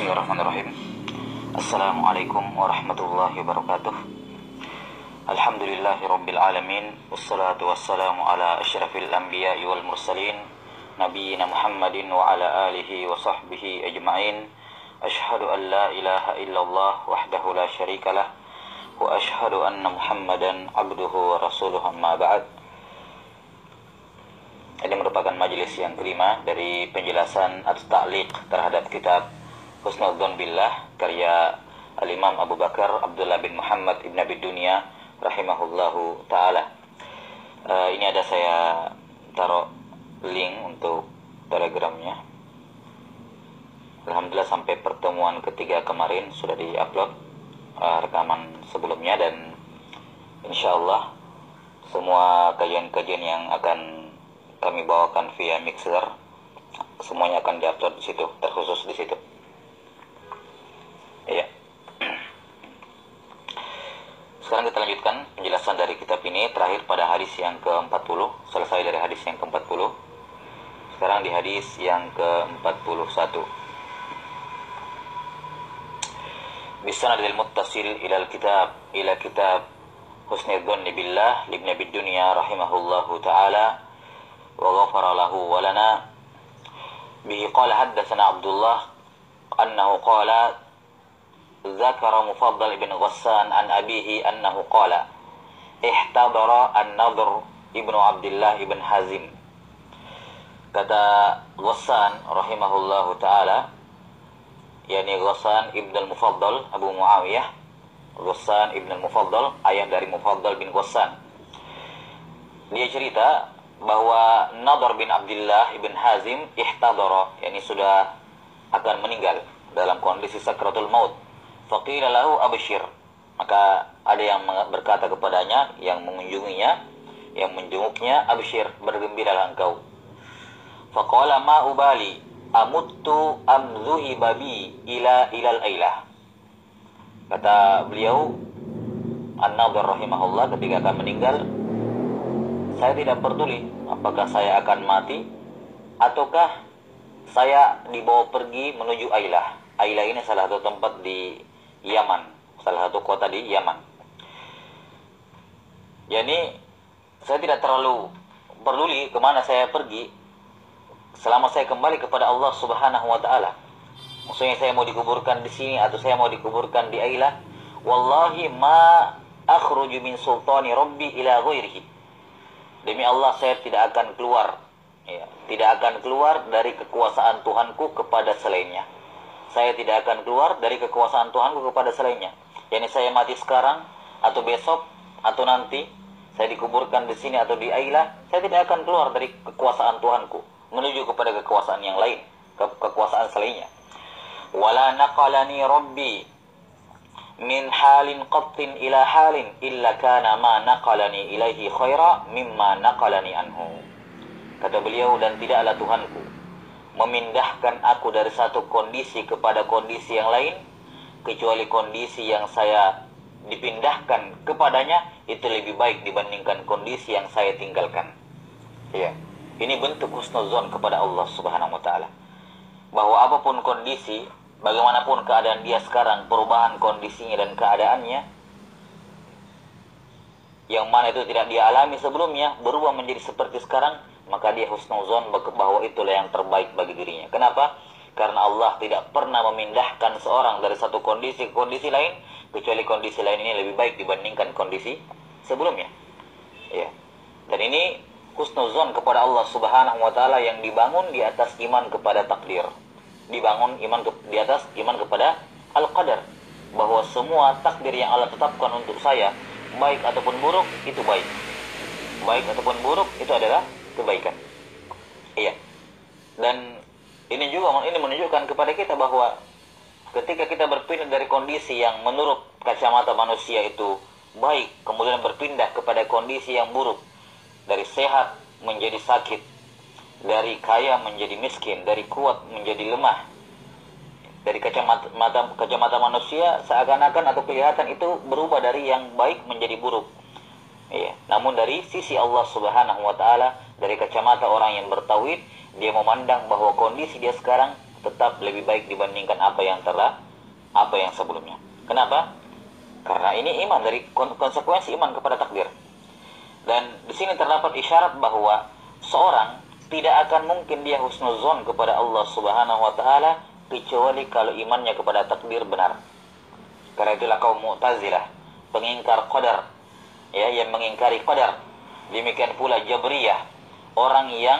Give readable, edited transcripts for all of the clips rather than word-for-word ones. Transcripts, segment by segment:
Bismillahirrahmanirrahim. Assalamualaikum warahmatullahi wabarakatuh. Alhamdulillahirabbil alamin. Wassalatu wassalamu ala asyrafil anbiya'i wal mursalin nabiyina Muhammadin wa ala alihi wa sahbihi ajma'in. Asyhadu an la ilaha illallah wahdahu la syarikalah wa asyhadu anna Muhammadan abduhu wa rasuluhu, amma ba'd. Ini merupakan majelis yang kelima dari penjelasan atau ta'liq terhadap kitab Husnudzon Billah karya Al-Imam Abu Bakar Abdullah bin Muhammad ibn Abi Dunya rahimahullahu ta'ala. Ini ada saya taruh link untuk telegramnya. Alhamdulillah sampai pertemuan ketiga kemarin sudah di-upload rekaman sebelumnya, dan insyaallah semua kajian-kajian yang akan kami bawakan via Mixer semuanya akan di-upload di situ, terkhusus di situ. Ya. Sekarang kita lanjutkan penjelasan dari kitab ini, terakhir pada hadis yang ke-40, selesai dari hadis yang ke-40. Sekarang di hadis yang ke-41. Bisanadil muttasil ila kitab Husnudzon Billah Ibn Abi Dunya rahimahullahu ta'ala wa ghafara lahu wa lana bihi qala haddatsana Abdullah annahu qala Zakara Mufaddal ibn Ghassan an abihi annahu qala ihtadara an-Nadhr ibnu Abdullah ibn Hazim. Kata Ghassan rahimahullahu ta'ala, yakni Ghassan ibn al-Mufaddal Abu Muawiyah, Ghassan ibn al-Mufaddal, ayah dari Mufaddal bin Ghassan. Dia cerita bahwa Nadhr bin Abdullah ibn Hazim ihtadara, yakni sudah akan meninggal dalam kondisi sakratul maut. Faqila lahu abshir, maka ada yang berkata kepadanya, yang mengunjunginya, yang menjenguknya, abshir, bergembiralah engkau. Faqala ma ubali amuttu am dhuhiba bi ilal ailah. Kata beliau An-Nadhr rahimahullah ketika akan meninggal, saya tidak peduli apakah saya akan mati ataukah saya dibawa pergi menuju Ailah. Ailah ini salah satu tempat di Yaman, salah satu kota di Yaman. Jadi saya tidak terlalu peduli kemana saya pergi, selama saya kembali kepada Allah Subhanahu wa ta'ala. Maksudnya saya mau dikuburkan di sini atau saya mau dikuburkan di Ailah, wallahi ma akhruju min sultani rabbi ila ghairihi. Demi Allah saya tidak akan keluar, tidak akan keluar dari kekuasaan Tuhanku kepada selainnya. Saya tidak akan keluar dari kekuasaan Tuhanku kepada selainnya. Yani saya mati sekarang atau besok atau nanti saya dikuburkan di sini atau di Ailah, saya tidak akan keluar dari kekuasaan Tuhanku menuju kepada kekuasaan yang lain, kekuasaan selainnya. Wala naqalani rabbi min halin qattin ila halin illa kana ma naqalani ilaihi khaira mimma naqalani anhu. Kata beliau, dan tidaklah Tuhanku memindahkan aku dari satu kondisi kepada kondisi yang lain kecuali kondisi yang saya dipindahkan kepadanya itu lebih baik dibandingkan kondisi yang saya tinggalkan. Ya. Ini bentuk husnudzon kepada Allah Subhanahu wa ta'ala, bahwa apapun kondisi, bagaimanapun keadaan dia sekarang, perubahan kondisinya dan keadaannya yang mana itu tidak dia alami sebelumnya, berubah menjadi seperti sekarang, maka dia husnudzon bahwa itulah yang terbaik bagi dirinya. Kenapa? Karena Allah tidak pernah memindahkan seorang dari satu kondisi ke kondisi lain kecuali kondisi lain ini lebih baik dibandingkan kondisi sebelumnya. Ya. Dan ini husnudzon kepada Allah Subhanahu wa ta'ala yang dibangun di atas iman kepada takdir. Dibangun di atas iman kepada al-qadar, bahwa semua takdir yang Allah tetapkan untuk saya, baik ataupun buruk, itu baik. Baik ataupun buruk, itu adalah kebaikan. Iya. Dan ini menunjukkan kepada kita bahwa ketika kita berpindah dari kondisi yang menurut kacamata manusia itu baik, kemudian berpindah kepada kondisi yang buruk, dari sehat menjadi sakit, dari kaya menjadi miskin, dari kuat menjadi lemah, dari kacamata manusia seakan-akan atau kelihatan itu berubah dari yang baik menjadi buruk. Iya. Namun dari sisi Allah Subhanahu wa ta'ala, dari kacamata orang yang bertauhid, dia memandang bahwa kondisi dia sekarang tetap lebih baik dibandingkan apa yang sebelumnya. Kenapa? Karena ini iman, dari konsekuensi iman kepada takdir. Dan di sini terdapat isyarat bahwa seorang tidak akan mungkin dia husnuzon kepada Allah Subhanahu wa taala kecuali kalau imannya kepada takdir benar. Karena itulah kaum Mu'tazilah, pengingkar qadar, ya, yang mengingkari qadar. Demikian pula Jabriyah, orang yang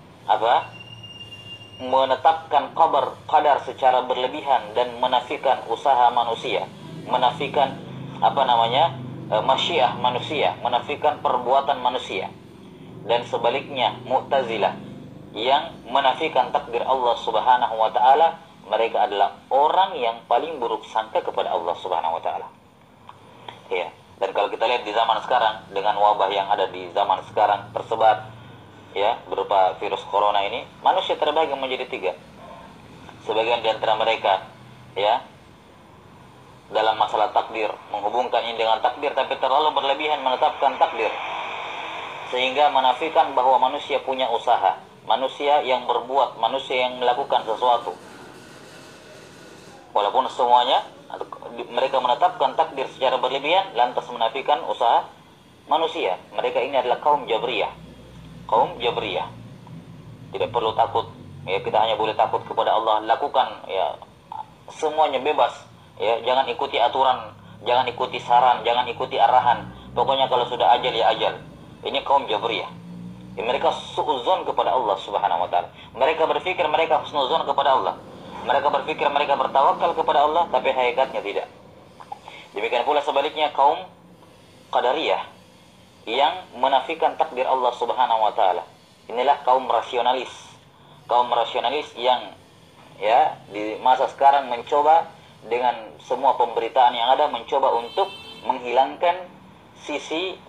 menetapkan qadar secara berlebihan dan menafikan usaha manusia, menafikan masyiah manusia, menafikan perbuatan manusia. Dan sebaliknya Mu'tazilah yang menafikan takdir Allah Subhanahu wa taala, mereka adalah orang yang paling buruk sangka kepada Allah Subhanahu wa taala. Ya, dan kalau kita lihat di zaman sekarang dengan wabah yang ada di zaman sekarang tersebar, ya, berupa virus corona ini, manusia terbagi menjadi 3. Sebagian di antara mereka, ya, dalam masalah takdir, menghubungkan ini dengan takdir, tapi terlalu berlebihan menetapkan takdir, sehingga menafikan bahwa manusia punya usaha, manusia yang berbuat, manusia yang melakukan sesuatu. Walaupun semuanya, mereka menetapkan takdir secara berlebihan, lantas menafikan usaha manusia. Mereka ini adalah kaum Jabriyah. Kaum Jabriyah. Tidak perlu takut, ya, kita hanya boleh takut kepada Allah. Lakukan, ya, semuanya bebas, ya, jangan ikuti aturan, jangan ikuti saran, jangan ikuti arahan. Pokoknya kalau sudah ajal, ya ajal. Ini kaum Jabriyah. Ya, mereka su'uzon kepada Allah Subhanahu wa taala. Mereka berpikir mereka husnuzon kepada Allah. Mereka berpikir mereka bertawakal kepada Allah, tapi hakikatnya tidak. Demikian pula sebaliknya kaum Qadariyah yang menafikan takdir Allah Subhanahu wa taala. Inilah kaum rasionalis. Kaum rasionalis yang, ya, di masa sekarang mencoba dengan semua pemberitaan yang ada, mencoba untuk menghilangkan sisi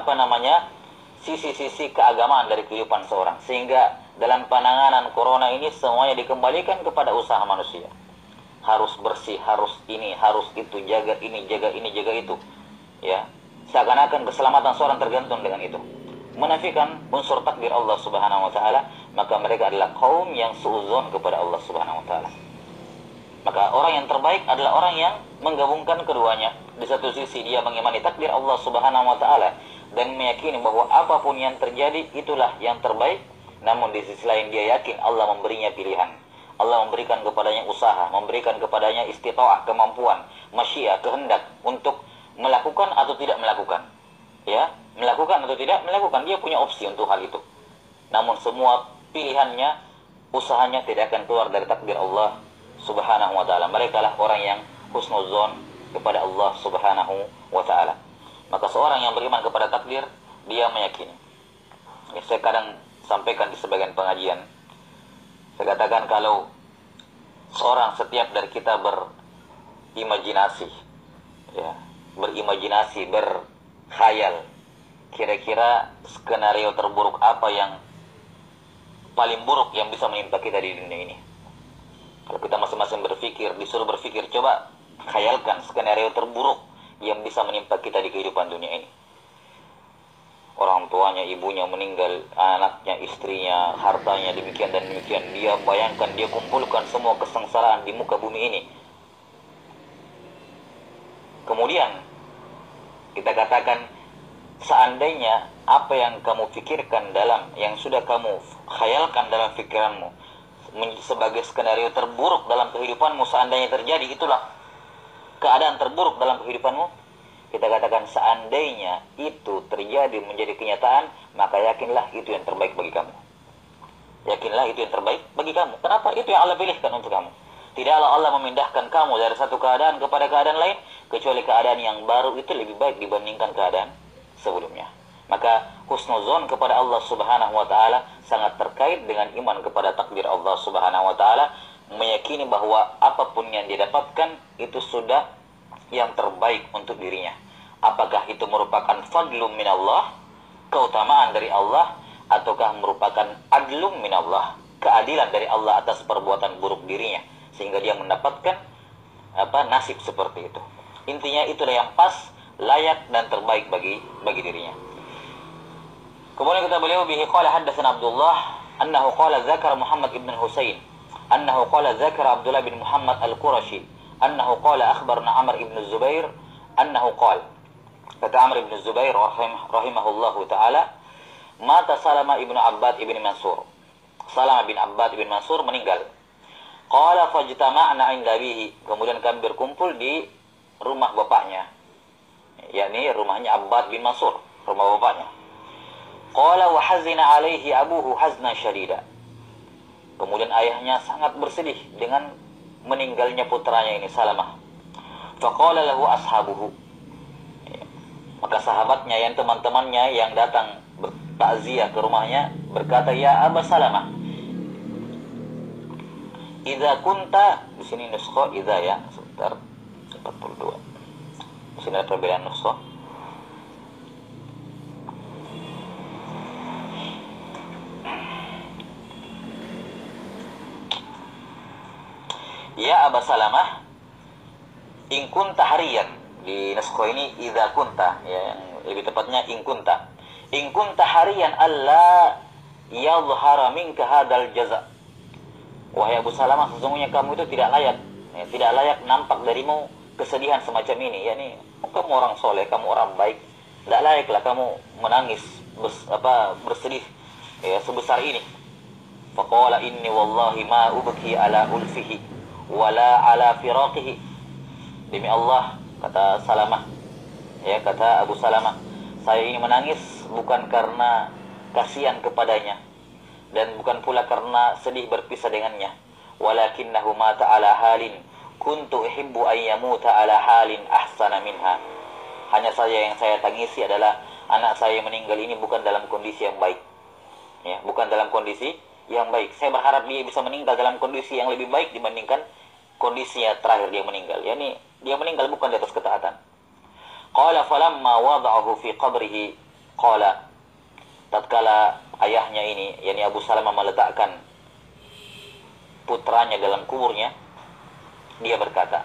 sisi keagamaan dari kehidupan seorang, sehingga dalam penanganan corona ini semuanya dikembalikan kepada usaha manusia. Harus bersih, harus ini, harus itu, jaga ini, jaga ini, jaga itu, ya, seakan-akan keselamatan seorang tergantung dengan itu. Menafikan unsur takdir Allah Subhanahu wa taala, maka mereka adalah kaum yang suuzon kepada Allah Subhanahu wa taala. Maka orang yang terbaik adalah orang yang menggabungkan keduanya. Di satu sisi dia mengimani takdir Allah Subhanahu wa taala dan meyakini bahwa apapun yang terjadi itulah yang terbaik. Namun di sisi lain dia yakin Allah memberinya pilihan. Allah memberikan kepadanya usaha, memberikan kepadanya istita'ah, kemampuan, masyiah, kehendak untuk melakukan atau tidak melakukan. Ya, melakukan atau tidak melakukan, dia punya opsi untuk hal itu. Namun semua pilihannya, usahanya tidak akan keluar dari takdir Allah Subhanahu wa taala. Mereka lah orang yang husnuzon kepada Allah Subhanahu wa taala. Maka seorang yang beriman kepada takdir, dia meyakini. Ya, saya kadang sampaikan di sebagian pengajian, saya katakan kalau seorang setiap dari kita berimajinasi, ya, berkhayal, kira-kira skenario terburuk apa yang paling buruk yang bisa menimpa kita di dunia ini. Kalau kita masing-masing disuruh berpikir, coba khayalkan skenario terburuk yang bisa menimpa kita di kehidupan dunia ini. Orang tuanya, ibunya meninggal, anaknya, istrinya, hartanya, demikian dan demikian. Dia bayangkan, dia kumpulkan semua kesengsaraan di muka bumi ini. Kemudian kita katakan, seandainya apa yang kamu pikirkan yang sudah kamu khayalkan dalam pikiranmu sebagai skenario terburuk dalam kehidupanmu, seandainya terjadi, itulah keadaan terburuk dalam kehidupanmu. Kita katakan seandainya itu terjadi menjadi kenyataan, maka yakinlah itu yang terbaik bagi kamu. Yakinlah itu yang terbaik bagi kamu. Kenapa? Itu yang Allah pilihkan untuk kamu. Tidaklah Allah memindahkan kamu dari satu keadaan kepada keadaan lain, kecuali keadaan yang baru itu lebih baik dibandingkan keadaan sebelumnya. Maka husnuzon kepada Allah Subhanahu wa taala sangat terkait dengan iman kepada takdir Allah Subhanahu wa taala, meyakini bahwa apapun yang didapatkan itu sudah yang terbaik untuk dirinya. Apakah itu merupakan fadlum minallah, keutamaan dari Allah, ataukah merupakan adlum minallah, keadilan dari Allah atas perbuatan buruk dirinya, sehingga dia mendapatkan nasib seperti itu. Intinya itulah yang pas, layak dan terbaik bagi dirinya. Kemudian kata beliau, bihi qala haddatsana Abdullah annahu qala zakar Muhammad ibn Husain annahu qala dzakara Abdullah bin Muhammad al-Qurashi annahu qala akhbarna Amr ibn Zubair annahu qala, kata Amr ibn Zubair rahimahullahu taala, mata Salama ibn Abbad ibn Mansur. Salama bin Abbad ibn Mansur meninggal. Qala fajtama'na 'inda abihi, kemudian kami berkumpul di rumah bapaknya, yakni rumahnya Abbad bin Mansur, rumah bapaknya. Qala wa hazina 'alaihi abuhu haznan syadida, kemudian ayahnya sangat bersedih dengan meninggalnya putranya ini Salamah. Faqala lahu ashabuhu, maka sahabatnya yang teman-temannya yang datang bertakziah ke rumahnya berkata, ya Aba Salamah, idza kunta, di sini nuskha idza ya, sebentar, 42. Di sini ada perbedaan nuskha. Ya Aba Salamah, in kunta hariyan, di nuskha ini idza kunta, ya, yang lebih tepatnya in kunta. In kunta hariyan alla yadhhara minka hadzal jaza'. Wahai Abu Salamah, sesungguhnya kamu itu tidak layak, ya, tidak layak nampak darimu kesedihan semacam ini. Yani kamu orang soleh, kamu orang baik, tidak layaklah kamu menangis bersedih ya sebesar ini. Faqala inni wallahi ma ubki ala ulfihi wala ala firaqihi. Demi Allah, kata Salamah, ya, kata Abu Salamah, saya ini menangis bukan karena kasihan kepadanya dan bukan pula karena sedih berpisah dengannya, walakinnahu mata ala halin kuntu uhibbu an yamuta ala halin ahsana minha. Hanya saja yang saya tangisi adalah anak saya meninggal ini bukan dalam kondisi yang baik, ya, bukan dalam kondisi yang baik. Saya berharap dia bisa meninggal dalam kondisi yang lebih baik dibandingkan kondisinya terakhir dia meninggal, yakni dia meninggal bukan di atas ketaatan. Qala falamma wada'ahu fi qabrihi qala, tatkala ayahnya ini, yakni Abu Salamah, meletakkan putranya dalam kuburnya, dia berkata,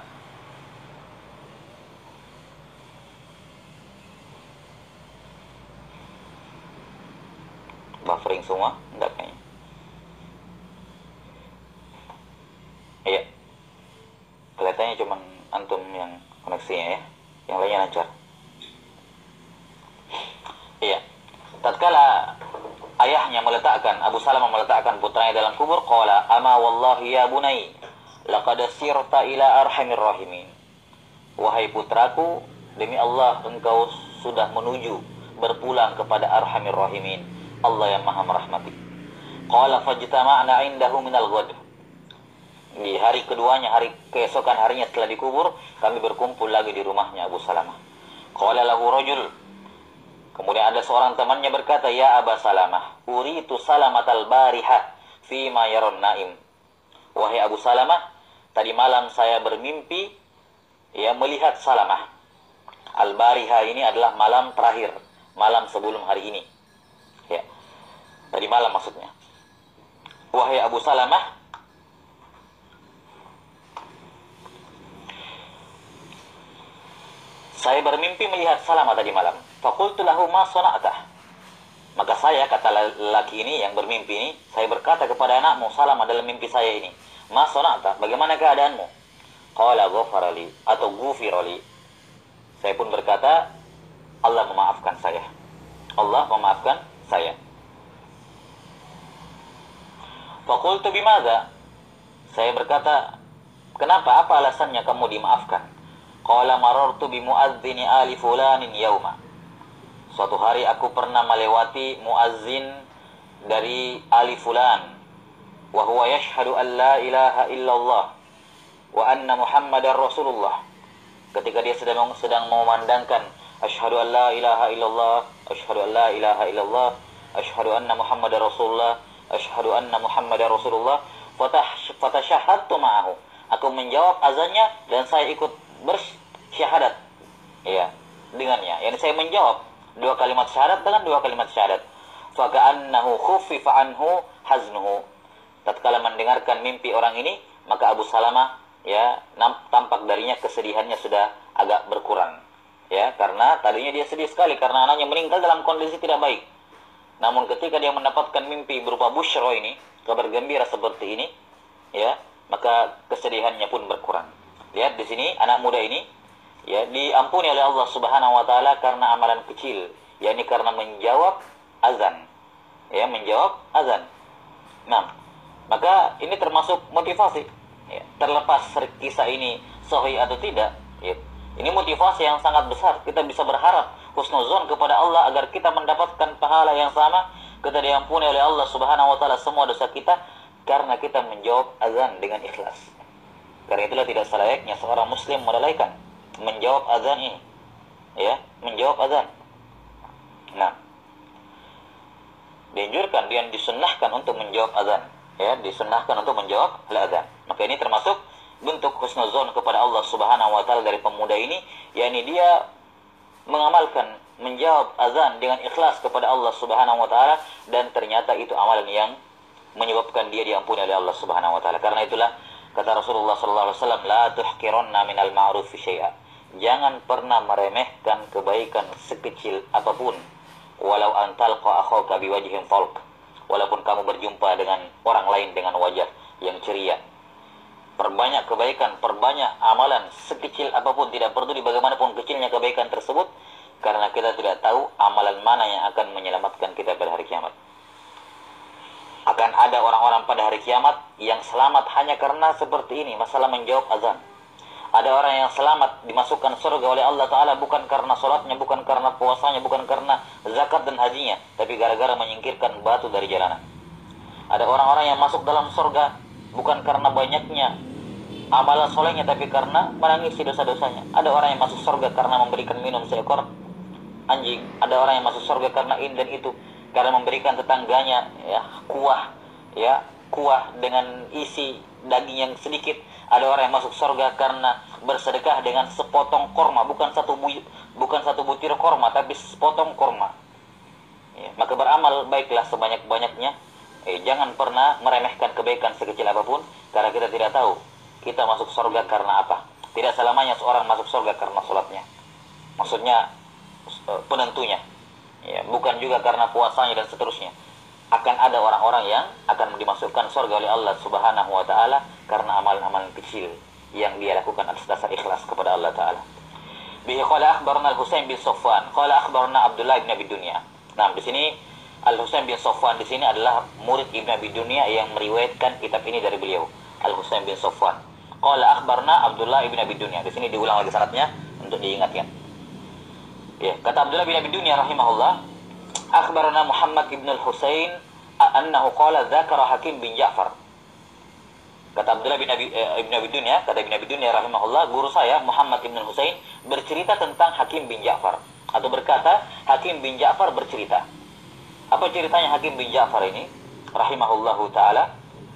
buffering semua? Enggak kayaknya. Iya, kelihatannya cuman antum yang koneksinya, ya, yang lainnya lancar. Iya, tatkala ayahnya meletakkan, Abu Salamah meletakkan putranya dalam kubur, qala ama wallahi ya bunai laqad sirta ila arhamir rahimin. Wahai putraku, demi Allah engkau sudah menuju berpulang kepada arhamir rahimin, Allah yang maha merahmati. Qala fajtama'na 'indahu minal ghad. Di hari keduanya, hari keesokan harinya setelah dikubur, kami berkumpul lagi di rumahnya Abu Salamah. Qala lahu rajul, kemudian ada seorang temannya berkata, ya Aba Salamah, uritu salamatal barihah fima yaron naim. Wahai Abu Salamah, tadi malam saya bermimpi, ya, melihat Salamah. Al-barihah ini adalah malam terakhir, malam sebelum hari ini, ya, tadi malam maksudnya. Wahai Abu Salamah, saya bermimpi melihat Salamah tadi malam. Faqultu lahu ma sana'tah. Maka saya, kata lelaki ini yang bermimpi ini, saya berkata kepada anakmu Salamah dalam mimpi saya ini, ma sana'tah, bagaimana keadaanmu? Qala ghafara li atau ghufira li. Saya pun berkata, Allah memaafkan saya. Allah memaafkan saya. Faqultu bimadza? Saya berkata, kenapa, apa alasannya kamu dimaafkan? Qala marartu bi muadzini ali fulanin yauma. Suatu hari aku pernah melewati muazzin dari ali fulan, wa huwa yashhadu an la ilaha illallah wa anna muhammadar rasulullah. Ketika dia sedang memandangkan asyhadu an la ilaha illallah, asyhadu an la ilaha illallah, asyhadu anna muhammadar rasulullah, asyhadu anna muhammadar rasulullah, fatashahadtu ma'ahu. Aku menjawab azannya dan saya ikut bersyahadat, ya, dengannya. Yani saya menjawab dua kalimat syahadat dengan dua kalimat syahadat. Faka'annahu khuffifa anhu haznuhu. Tatkala mendengarkan mimpi orang ini, maka Abu Salamah, ya, tampak darinya kesedihannya sudah agak berkurang, ya, karena tadinya dia sedih sekali karena anaknya meninggal dalam kondisi tidak baik. Namun ketika dia mendapatkan mimpi berupa busyra ini, kabar gembira seperti ini, ya, maka kesedihannya pun berkurang. Lihat di sini anak muda ini ya diampuni oleh Allah Subhanahu wa taala karena amalan kecil, yakni karena menjawab azan. Ya, menjawab azan. Nah, maka ini termasuk motivasi. Ya, terlepas kisah ini sahih atau tidak, ya, ini motivasi yang sangat besar. Kita bisa berharap husnuzon kepada Allah agar kita mendapatkan pahala yang sama, kita diampuni oleh Allah Subhanahu wa taala semua dosa kita karena kita menjawab azan dengan ikhlas. Karena itulah tidak selayaknya seorang muslim melalaikan menjawab azan ini. Ya, menjawab azan. Nah, dianjurkan dan disunnahkan untuk menjawab azan. Ya, disunnahkan untuk menjawab azan. Maka ini termasuk bentuk husnuzon kepada Allah Subhanahu wa taala dari pemuda ini, yakni dia mengamalkan menjawab azan dengan ikhlas kepada Allah Subhanahu wa taala, dan ternyata itu amalan yang menyebabkan dia diampuni oleh Allah Subhanahu wa taala. Karena itulah kata Rasulullah sallallahu alaihi wasallam, la tuhqiranna minal ma'ruf syai'a. Jangan pernah meremehkan kebaikan sekecil apapun, walau antalqa akhaka biwajhin talq. Walaupun kamu berjumpa dengan orang lain dengan wajah yang ceria. Perbanyak kebaikan, perbanyak amalan sekecil apapun, tidak peduli bagaimanapun kecilnya kebaikan tersebut, karena kita tidak tahu amalan mana yang akan menyelamatkan kita pada hari kiamat. Akan ada orang-orang pada hari kiamat yang selamat hanya karena seperti ini, masalah menjawab azan. Ada orang yang selamat dimasukkan surga oleh Allah Ta'ala bukan karena sholatnya, bukan karena puasanya, bukan karena zakat dan hajinya, tapi gara-gara menyingkirkan batu dari jalanan. Ada orang-orang yang masuk dalam surga bukan karena banyaknya amalan solehnya, tapi karena menangisi dosa-dosanya. Ada orang yang masuk surga karena memberikan minum seekor anjing. Ada orang yang masuk surga karena ini dan itu, karena memberikan tetangganya kuah dengan isi daging yang sedikit. Ada orang yang masuk surga karena bersedekah dengan sepotong korma, bukan satu butir korma, tapi sepotong korma. Ya, maka beramal baiklah sebanyak-banyaknya. Jangan pernah meremehkan kebaikan sekecil apapun, karena kita tidak tahu kita masuk surga karena apa. Tidak selamanya seorang masuk surga karena sholatnya. Maksudnya penentunya. Ya, bukan juga karena puasanya dan seterusnya. Akan ada orang-orang yang akan dimasukkan surga oleh Allah Subhanahu wa taala karena amalan-amalan kecil yang dia lakukan atas dasar ikhlas kepada Allah Ta'ala. Bihi qala akhbarna Al-Husain bin Safwan, qala akhbarna Abdullah bin Abi Dunya. Nah, di sini Al-Husain bin Safwan di sini adalah murid Ibnu Abi Dunya yang meriwayatkan kitab ini dari beliau. Al-Husain bin Safwan. Qala akhbarna Abdullah bin Abi Dunya. Di sini diulang lagi sanadnya untuk diingatkan. Ya, kata Abdullah bin Abi Dunya rahimahullah, akhbarana Muhammad ibn al-Husain annahu qala dzakara Hakim bin Ja'far. Kata Abdullah bin Abi Dunya, kata Ibn Abi Dunya rahimahullah, guru saya Muhammad ibn al-Husain bercerita tentang Hakim bin Ja'far, atau berkata Hakim bin Ja'far bercerita. Apa ceritanya Hakim bin Ja'far ini rahimahullahu taala?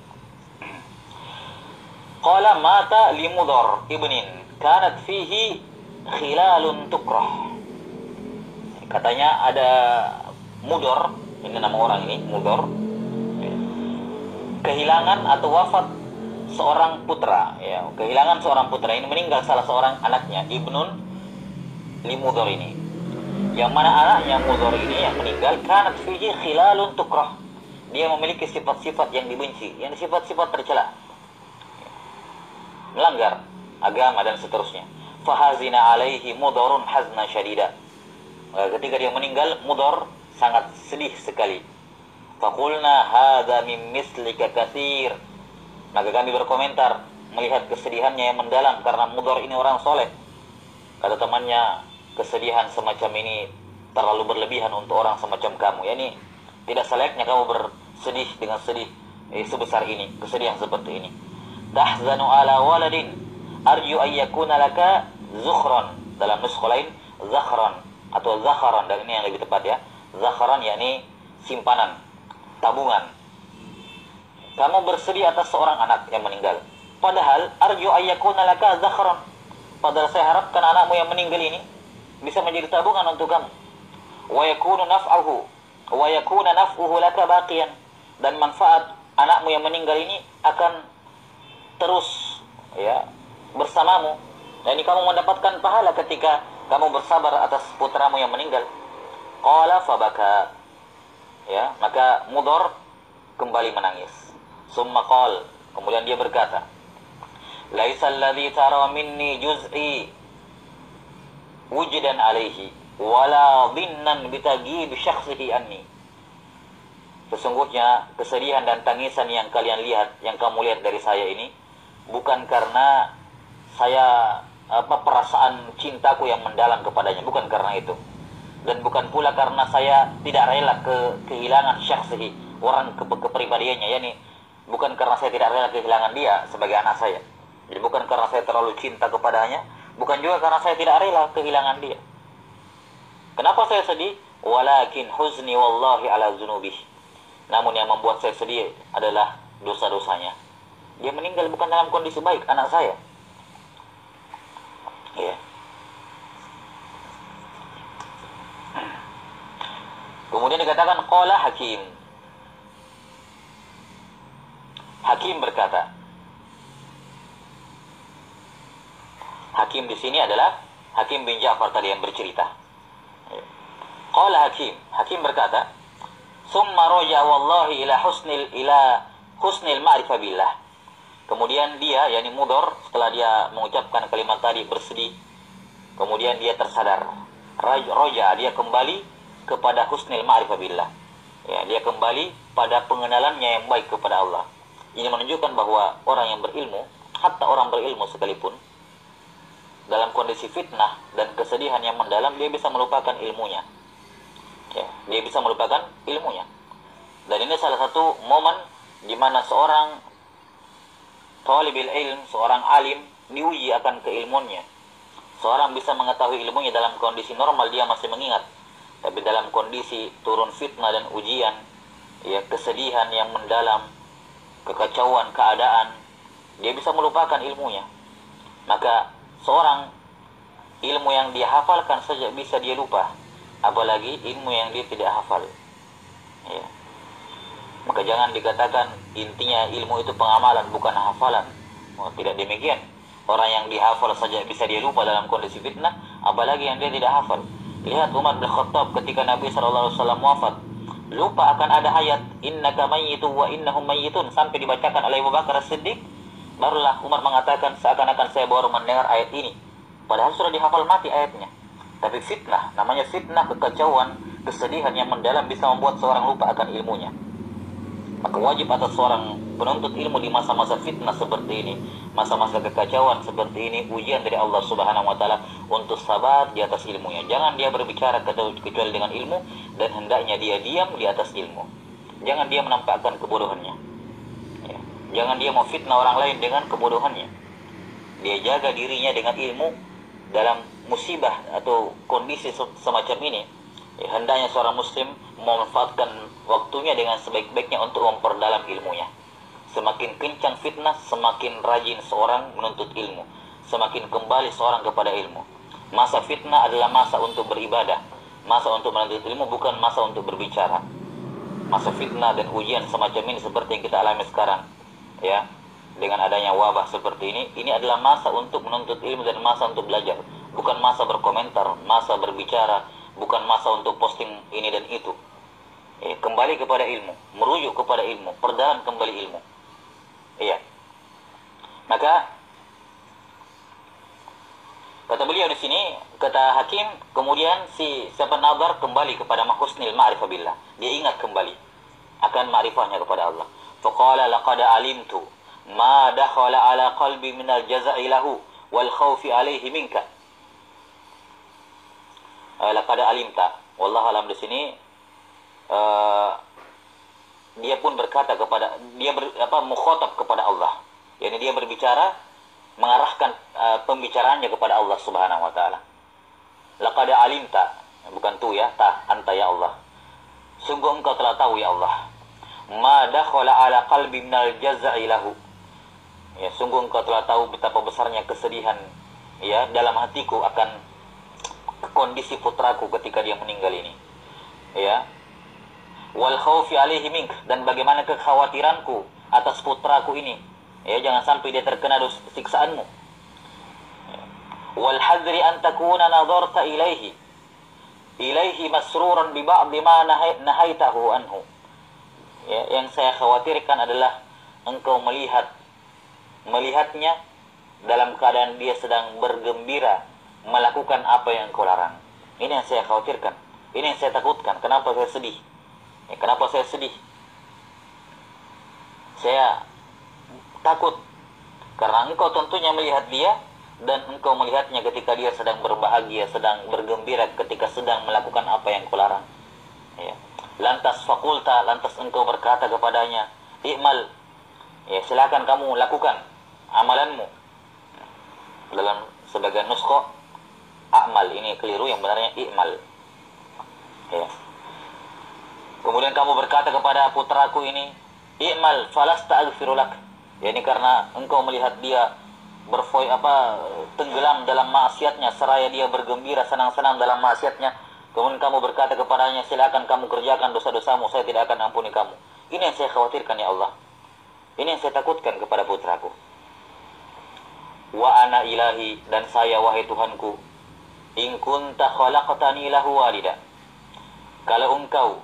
Qala mata li Mudhar ibnin kanat fihi khilalun tukrah. Katanya ada Mudhar, ini nama orang ini, Mudhar, kehilangan atau wafat seorang putra, ya, kehilangan seorang putra, ini meninggal salah seorang anaknya, Ibnun li Mudhar ini. Yang mana anaknya Mudhar ini yang meninggal, kanat fihi khilalun tukrah. Dia memiliki sifat-sifat yang dibenci, yang sifat-sifat tercela, melanggar agama dan seterusnya. Fahazina alaihi Mudharun hazna syadida. Ketika dia meninggal, Mudhar sangat sedih sekali. Faqulna hadza min mislika katsir. Maka kami berkomentar melihat kesedihannya yang mendalam karena Mudhar ini orang soleh. Kata temannya, kesedihan semacam ini terlalu berlebihan untuk orang semacam kamu. Ya, ini tidak selayaknya kamu bersedih dengan sedih sebesar ini, kesedihan seperti ini. Tahzanu ala waladin arju ayyakuna laka zukhran. Dalam nuskha lain zakhran atau zakharan, dan ini yang lebih tepat ya. Zakharan yakni simpanan, tabungan. Kamu bersedih atas seorang anak yang meninggal. Padahal arju ayyakuna laka zakhran. Padahal saya harapkan anakmu yang meninggal ini bisa menjadi tabungan untuk kamu. Wa yakunu naf'uhu laka baqiyan. Dan manfaat anakmu yang meninggal ini akan terus ya bersamamu. Dan ini kamu mendapatkan pahala ketika kamu bersabar atas putramu yang meninggal. Qala fabaka. Ya, maka Mudhar kembali menangis. Summa qala, Kemudian dia berkata, "Laisal ladzi tara minni juz'i wujdan alaihi wala dhinnan bitaghi bi syakhsihi anni." Sesungguhnya kesedihan dan tangisan yang kalian lihat, yang kamu lihat dari saya ini, bukan karena saya perasaan cintaku yang mendalam kepadanya, bukan karena itu. Dan bukan pula karena saya tidak rela kehilangan syakhsihi, orang kepribadiannya, yakni bukan karena saya tidak rela kehilangan dia sebagai anak saya. Jadi bukan karena saya terlalu cinta kepadanya, bukan juga karena saya tidak rela kehilangan dia. Kenapa saya sedih? Walakin huzni wallahi ala dzunubih. Namun yang membuat saya sedih adalah dosa-dosanya. Dia meninggal bukan dalam kondisi baik, anak saya. Ya. Kemudian dikatakan qala Hakim. Hakim berkata. Hakim di sini adalah Hakim bin Ja'far tadi yang bercerita. Qala Hakim. Hakim berkata, "Summa raja wallahi ila husnil ma'rifah billah." Kemudian dia, yakni Mudhar, setelah dia mengucapkan kalimat tadi bersedih, kemudian dia tersadar. Raja, dia kembali kepada husnil ma'rifah billah. Ya, dia kembali pada pengenalannya yang baik kepada Allah. Ini menunjukkan bahwa orang yang berilmu, hatta orang berilmu sekalipun, dalam kondisi fitnah dan kesedihan yang mendalam, dia bisa melupakan ilmunya. Ya, dia bisa melupakan ilmunya. Dan ini salah satu momen di mana seorang talibul ilm, seorang alim, diuji akan keilmuannya. Seorang bisa mengetahui ilmunya dalam kondisi normal, dia masih mengingat. Tapi dalam kondisi turun fitnah dan ujian, ya, kesedihan yang mendalam, kekacauan keadaan, dia bisa melupakan ilmunya. Maka seorang ilmu yang dia hafalkan saja bisa dia lupa, apalagi ilmu yang dia tidak hafal. Ya. Maka jangan dikatakan intinya ilmu itu pengamalan bukan hafalan. Oh, tidak demikian. Orang yang dihafal saja bisa dia lupa dalam kondisi fitnah, apalagi yang dia tidak hafal. Lihat Umar bin Khattab ketika Nabi SAW wafat, lupa akan ada ayat innaka mayyitu wa innahum mayyitun sampai dibacakan oleh Abu Bakar As-Siddiq. Barulah Umar mengatakan seakan-akan saya baru mendengar ayat ini, padahal sudah dihafal mati ayatnya. Tapi fitnah, namanya fitnah, kekacauan, kesedihan yang mendalam bisa membuat seorang lupa akan ilmunya. Maka wajib atas seorang penuntut ilmu di masa-masa fitnah seperti ini, masa-masa kekacauan seperti ini, ujian dari Allah Subhanahu wa taala, untuk sabar di atas ilmunya. Jangan dia berbicara kecuali dengan ilmu, dan hendaknya dia diam di atas ilmu. Jangan dia menampakkan kebodohannya. Ya. Jangan dia memfitnah orang lain dengan kebodohannya. Dia jaga dirinya dengan ilmu dalam musibah atau kondisi semacam ini. Ya, hendaknya seorang muslim memanfaatkan waktunya dengan sebaik-baiknya untuk memperdalam ilmunya. Semakin kencang fitnah, semakin rajin seorang menuntut ilmu, semakin kembali seorang kepada ilmu. Masa fitnah adalah masa untuk beribadah, masa untuk menuntut ilmu, bukan masa untuk berbicara. Masa fitnah dan ujian semacam ini seperti yang kita alami sekarang, ya, dengan adanya wabah seperti ini adalah masa untuk menuntut ilmu dan masa untuk belajar, bukan masa berkomentar, masa berbicara, bukan masa untuk posting ini dan itu. Kembali kepada ilmu, merujuk kepada ilmu, perdalam kembali ilmu. Iya. Maka kata beliau di sini, kata Hakim, kemudian siapa Nadhar kembali kepada husnil ma'rifah billah. Dia ingat kembali akan ma'rifahnya kepada Allah. Faqala laqad alimtu ma dakhala ala qalbi minal jaza'i lahu wal khawfi alaihi minka. Laqad alimta. Wallahu alam di sini dia pun berkata kepada mukhatab kepada Allah. Yani dia berbicara, mengarahkan pembicaraannya kepada Allah Subhanahu wa taala. Laqad alimta, bukan tu ya, anta ya Allah. Sungguh engkau telah tahu ya Allah. Ma dakhala ala qalbi minal jaza'i lahu. Ya, sungguh engkau telah tahu betapa besarnya kesedihan, ya, dalam hatiku akan kondisi putraku ketika dia meninggal ini. Ya. Wal khawfi alaihi mink, dan bagaimana kekhawatiranku atas putraku ini. Ya, jangan sampai dia terkena siksaanmu. Ya. Wal hadri an takuna nadarta ilaihi masruran bi ba'd ma nahaitahu anhu. Ya, yang saya khawatirkan adalah engkau melihat melihatnya dalam keadaan dia sedang bergembira melakukan apa yang engkau larang. Ini yang saya khawatirkan. Ini yang saya takutkan. Kenapa saya sedih? Kenapa saya sedih? Saya takut karena engkau tentunya melihat dia, dan engkau melihatnya ketika dia sedang berbahagia, sedang bergembira, ketika sedang melakukan apa yang kau larang. Lantas fakulta, lantas engkau berkata kepadanya, i'mal, silakan kamu lakukan amalanmu. Dalam sebagian nuskho a'mal, ini keliru, yang benarnya i'mal. Kemudian kamu berkata kepada putraku ini, i'mal falasta aghfirulak. Ini karena engkau melihat dia tenggelam dalam maksiatnya, seraya dia bergembira senang-senang dalam maksiatnya. Kemudian kamu berkata kepadanya, silakan kamu kerjakan dosa-dosamu, saya tidak akan ampuni kamu. Ini yang saya khawatirkan ya Allah. Ini yang saya takutkan kepada putraku. Wa ana ilahi, dan saya wahai Tuhanku, in kunta khalaqtani lahu walida. Kalau engkau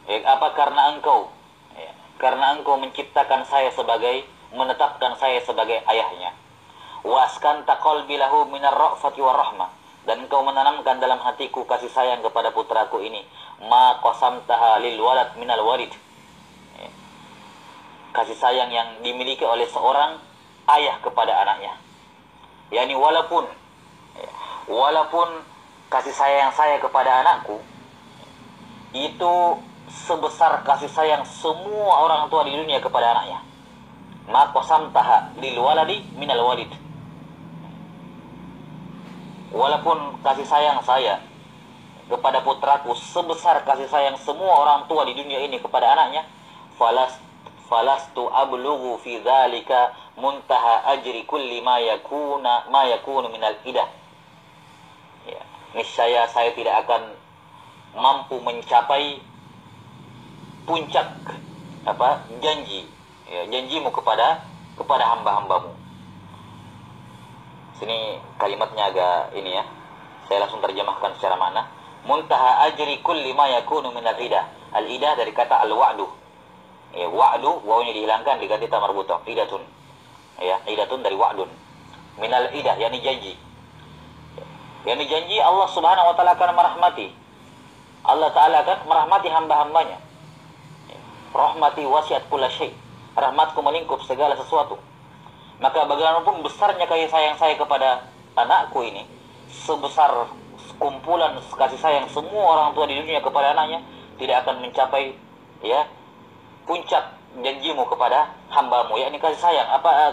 karena engkau menciptakan saya menetapkan saya sebagai ayahnya. Wa askanta qalbi lahu minar ra'fati war rahmah, dan engkau menanamkan dalam hatiku kasih sayang kepada putraku ini. Ma qasamtaha lil walad minal walid. Kasih sayang yang dimiliki oleh seorang ayah kepada anaknya. Yani walaupun kasih sayang saya kepada anakku itu sebesar kasih sayang semua orang tua di dunia kepada anaknya. Ma qasamtaha lil waladi minal walid. Walaupun kasih sayang saya kepada putraku sebesar kasih sayang semua orang tua di dunia ini kepada anaknya, falastu ablughu fi dzalika muntaha ajri kulli ma yakunu minal idah. Niscaya saya tidak akan mampu mencapai puncak janjimu kepada hamba-hambamu. Sini kalimatnya agak ini ya. Saya langsung terjemahkan secara makna. Muntaha ajri kulli ma yakunu minal idah. Al-idah dari kata al-wa'du. Wa'du, wawunya dihilangkan diganti ta marbutah. Idatun. Idatun dari wa'dun. Minal idah, yakni janji. Yakni janji Allah Subhanahu wa taala akan merahmati. Allah taala akan merahmati hamba-hambanya. Rahmati wasi'at kulla syai'. Rahmatku melingkup segala sesuatu. Maka bagaimanapun besarnya kasih sayang saya kepada anakku ini, sebesar kumpulan kasih sayang semua orang tua di dunia kepada anaknya, tidak akan mencapai puncak janjimu kepada hambamu, yakni kasih sayang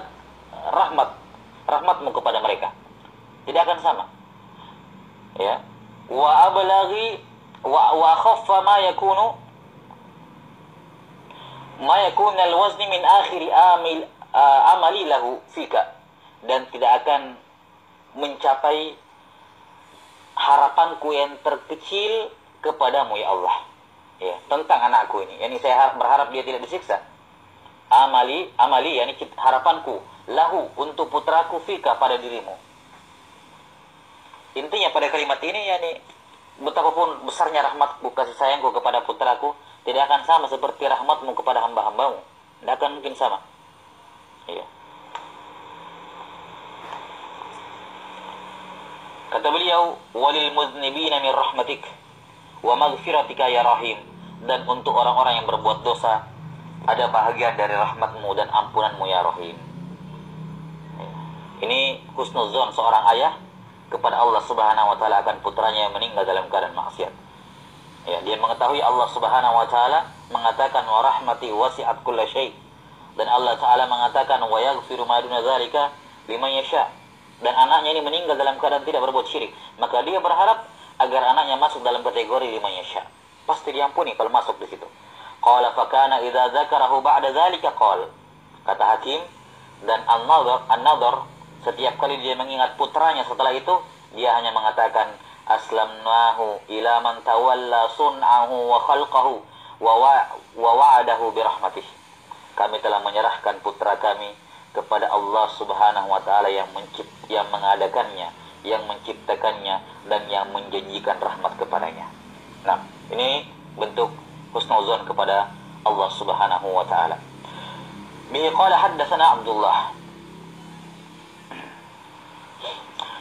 rahmatmu kepada mereka. Tidak akan sama. Wa ablaghi wa khaffa ma yakunu al-wazni min akhiri amali lahu fika, dan tidak akan mencapai harapanku yang terkecil kepadamu ya Allah, tentang anakku ini. Yani saya berharap dia tidak disiksa. Amali yani harapanku lahu, untuk putraku, fika, pada dirimu. Intinya pada kalimat ini yani betapapun besarnya rahmatku, kasih sayangku kepada putraku, tidak akan sama seperti rahmatmu kepada hamba-hambamu. Tidak akan mungkin sama. Kata beliau, walil muznibina min rahmatik wa maghfiratika ya rahim, dan untuk orang-orang yang berbuat dosa ada bahagian dari rahmatmu dan ampunanmu ya rahim. Ini husnuzon seorang ayah kepada Allah Subhanahu wa taala akan putranya yang meninggal dalam keadaan maksiat. Dia mengetahui Allah Subhanahu wa taala mengatakan wa rahmati wasi'at kulla syai', dan Allah taala mengatakan wa yaghfiru ma duna dzalika liman yasha', dan anaknya ini meninggal dalam keadaan tidak berbuat syirik, maka dia berharap agar anaknya masuk dalam kategori liman yasha'. Pasti diampuni kalau masuk di situ. Qala fa kana idza dzakarahu ba'da dzalika qala. Kata Hakim, dan an-nadhar setiap kali dia mengingat putranya setelah itu, dia hanya mengatakan aslamnahu ila man tawalla sun'ahu wa khalqahu wa wa'adahu birahmatih. Kami telah menyerahkan putra kami kepada Allah Subhanahu wa taala yang mengadakannya, yang menciptakannya, dan yang menjanjikan rahmat kepadanya. Nah, ini bentuk husnuzon kepada Allah Subhanahu wa taala. Bihi qala haddatsana Abdullah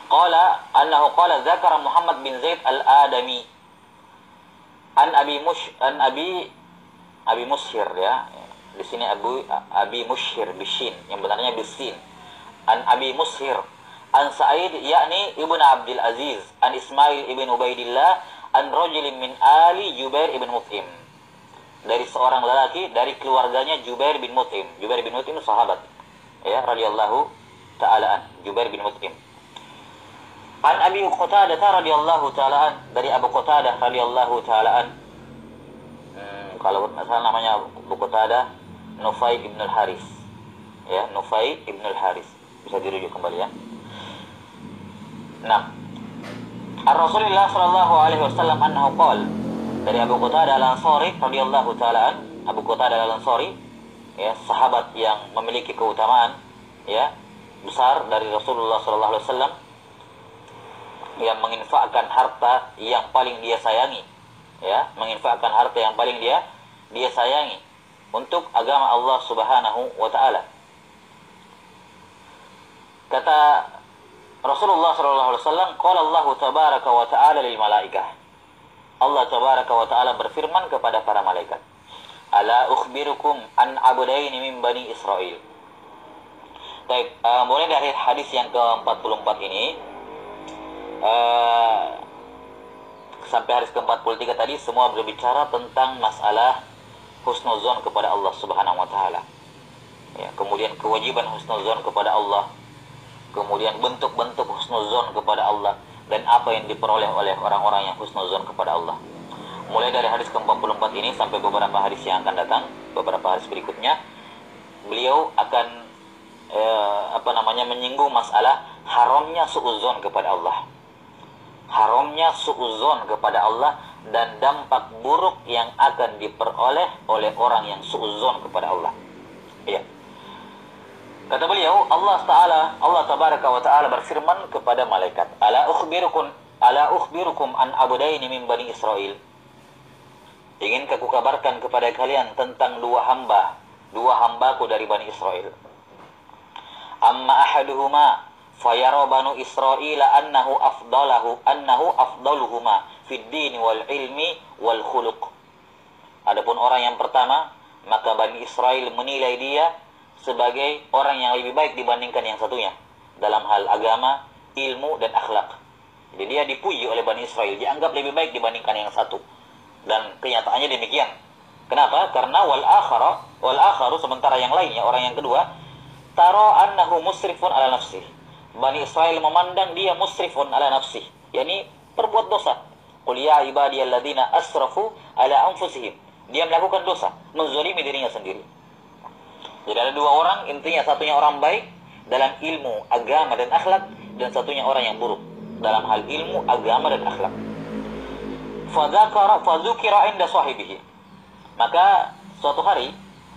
qala annahu qala dzakara Muhammad bin Zaid al-Adami an Abi Mushir, ya. Di sini Abi Mushir bishin, yang benarnya bisin. An Abi Mushir an Sa'id yakni Ibnu Abdul Aziz an Ismail ibn Ubaidillah an rajulin min ali Jubair ibn Mut'im, dari seorang lelaki dari keluarganya Jubair bin Mut'im. Jubair bin Mut'im sahabat, ya, radhiyallahu ta'ala an, Jubair bin Mut'im. An Abi Qatadah radhiyallahu ta'ala an, dari Abu Qatadah radhiyallahu ta'ala an. Kalau tidak salah namanya Abu Qatadah Nufai ibn al-Haris, ya, Nufai ibn al-Haris, bisa dirujuk kembali, ya. Nah, Rasulullah sallallahu alaihi wasallam annahu qala, dari Abu Qatadah al-Ansari radhiyallahu ta'ala an, Abu Qatadah al-Ansari, ya, sahabat yang memiliki keutamaan, ya, besar dari Rasulullah sallallahu alaihi wasallam, yang menginfakkan harta yang paling dia sayangi, ya, menginfakkan harta yang paling dia sayangi untuk agama Allah Subhanahu wa taala. Kata Rasulullah sallallahu alaihi wasallam, qala Allah tabaraka wa taala lil malaikah. Allah tabaraka wa taala berfirman kepada para malaikat, ala ukhbirukum an abdaini min bani Israil. Baik, mulai dari hadis yang ke-44 ini sampai hadis ke-43 tadi semua berbicara tentang masalah husnuzon kepada Allah Subhanahu wa taala. Ya, kemudian kewajiban husnuzon kepada Allah, kemudian bentuk-bentuk husnuzon kepada Allah, dan apa yang diperoleh oleh orang-orang yang husnuzon kepada Allah. Mulai dari hadis ke-44 ini sampai beberapa hadis yang akan datang, beberapa hadis berikutnya, beliau akan menyinggung masalah haramnya suudzon kepada Allah. Haramnya suudzon kepada Allah dan dampak buruk yang akan diperoleh oleh orang yang suudzon kepada Allah. Ya. Kata beliau, Allah tabaraka wa taala berfirman kepada malaikat, ala ukhbirukum an abdaini min bani Israil. Inginkah ku kabarkan kepada kalian tentang dua hambaku dari Bani Israel. Amma ahaduhuma fayara banu Israila annahu afdaluhuma fid din wal ilmi wal khuluq. Adapun orang yang pertama, maka Bani Israel menilai dia sebagai orang yang lebih baik dibandingkan yang satunya dalam hal agama, ilmu, dan akhlak. Jadi dia dipuji oleh Bani Israel, dianggap lebih baik dibandingkan yang satu. Dan kenyataannya demikian. Kenapa? Karena wal akharu, sementara yang lainnya, orang yang kedua, tara annahu musrifun ala nafsih. Bani Israel memandang dia musrifun ala nafsih, yakni perbuat dosa. Qul ya ibadiyalladzina asrafu ala anfusihim. Dia melakukan dosa, menzalimi dirinya sendiri. Jadi ada dua orang, intinya satunya orang baik dalam ilmu, agama, dan akhlak, dan satunya orang yang buruk dalam hal ilmu, agama, dan akhlak. Fadzukira inda sahibihi. Maka suatu hari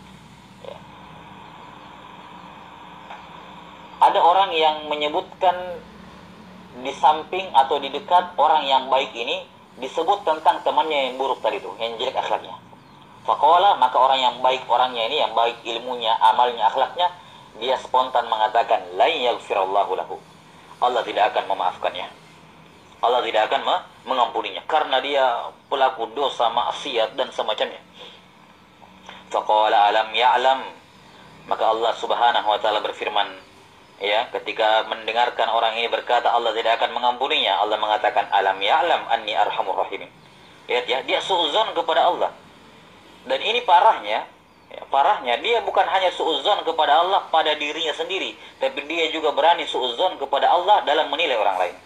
ada orang yang menyebutkan di samping atau di dekat orang yang baik ini, disebut tentang temannya yang buruk tadi itu, yang jelek akhlaknya. Faqala, maka orang yang baik, orangnya ini yang baik ilmunya, amalnya, akhlaknya, dia spontan mengatakan, la yaghfirallahu lahu. Allah tidak akan memaafkannya. Allah tidak akan mengampuninya karena dia pelaku dosa, maksiat, dan semacamnya. Faqala alam ya'lam. Maka Allah Subhanahu wa taala berfirman, ya, ketika mendengarkan orang ini berkata Allah tidak akan mengampuninya, Allah mengatakan alam ya'lam anni arhamur rahimin. Lihat ya, dia suudzon kepada Allah. Dan ini parahnya, dia bukan hanya suudzon kepada Allah pada dirinya sendiri, tapi dia juga berani suudzon kepada Allah dalam menilai orang lain.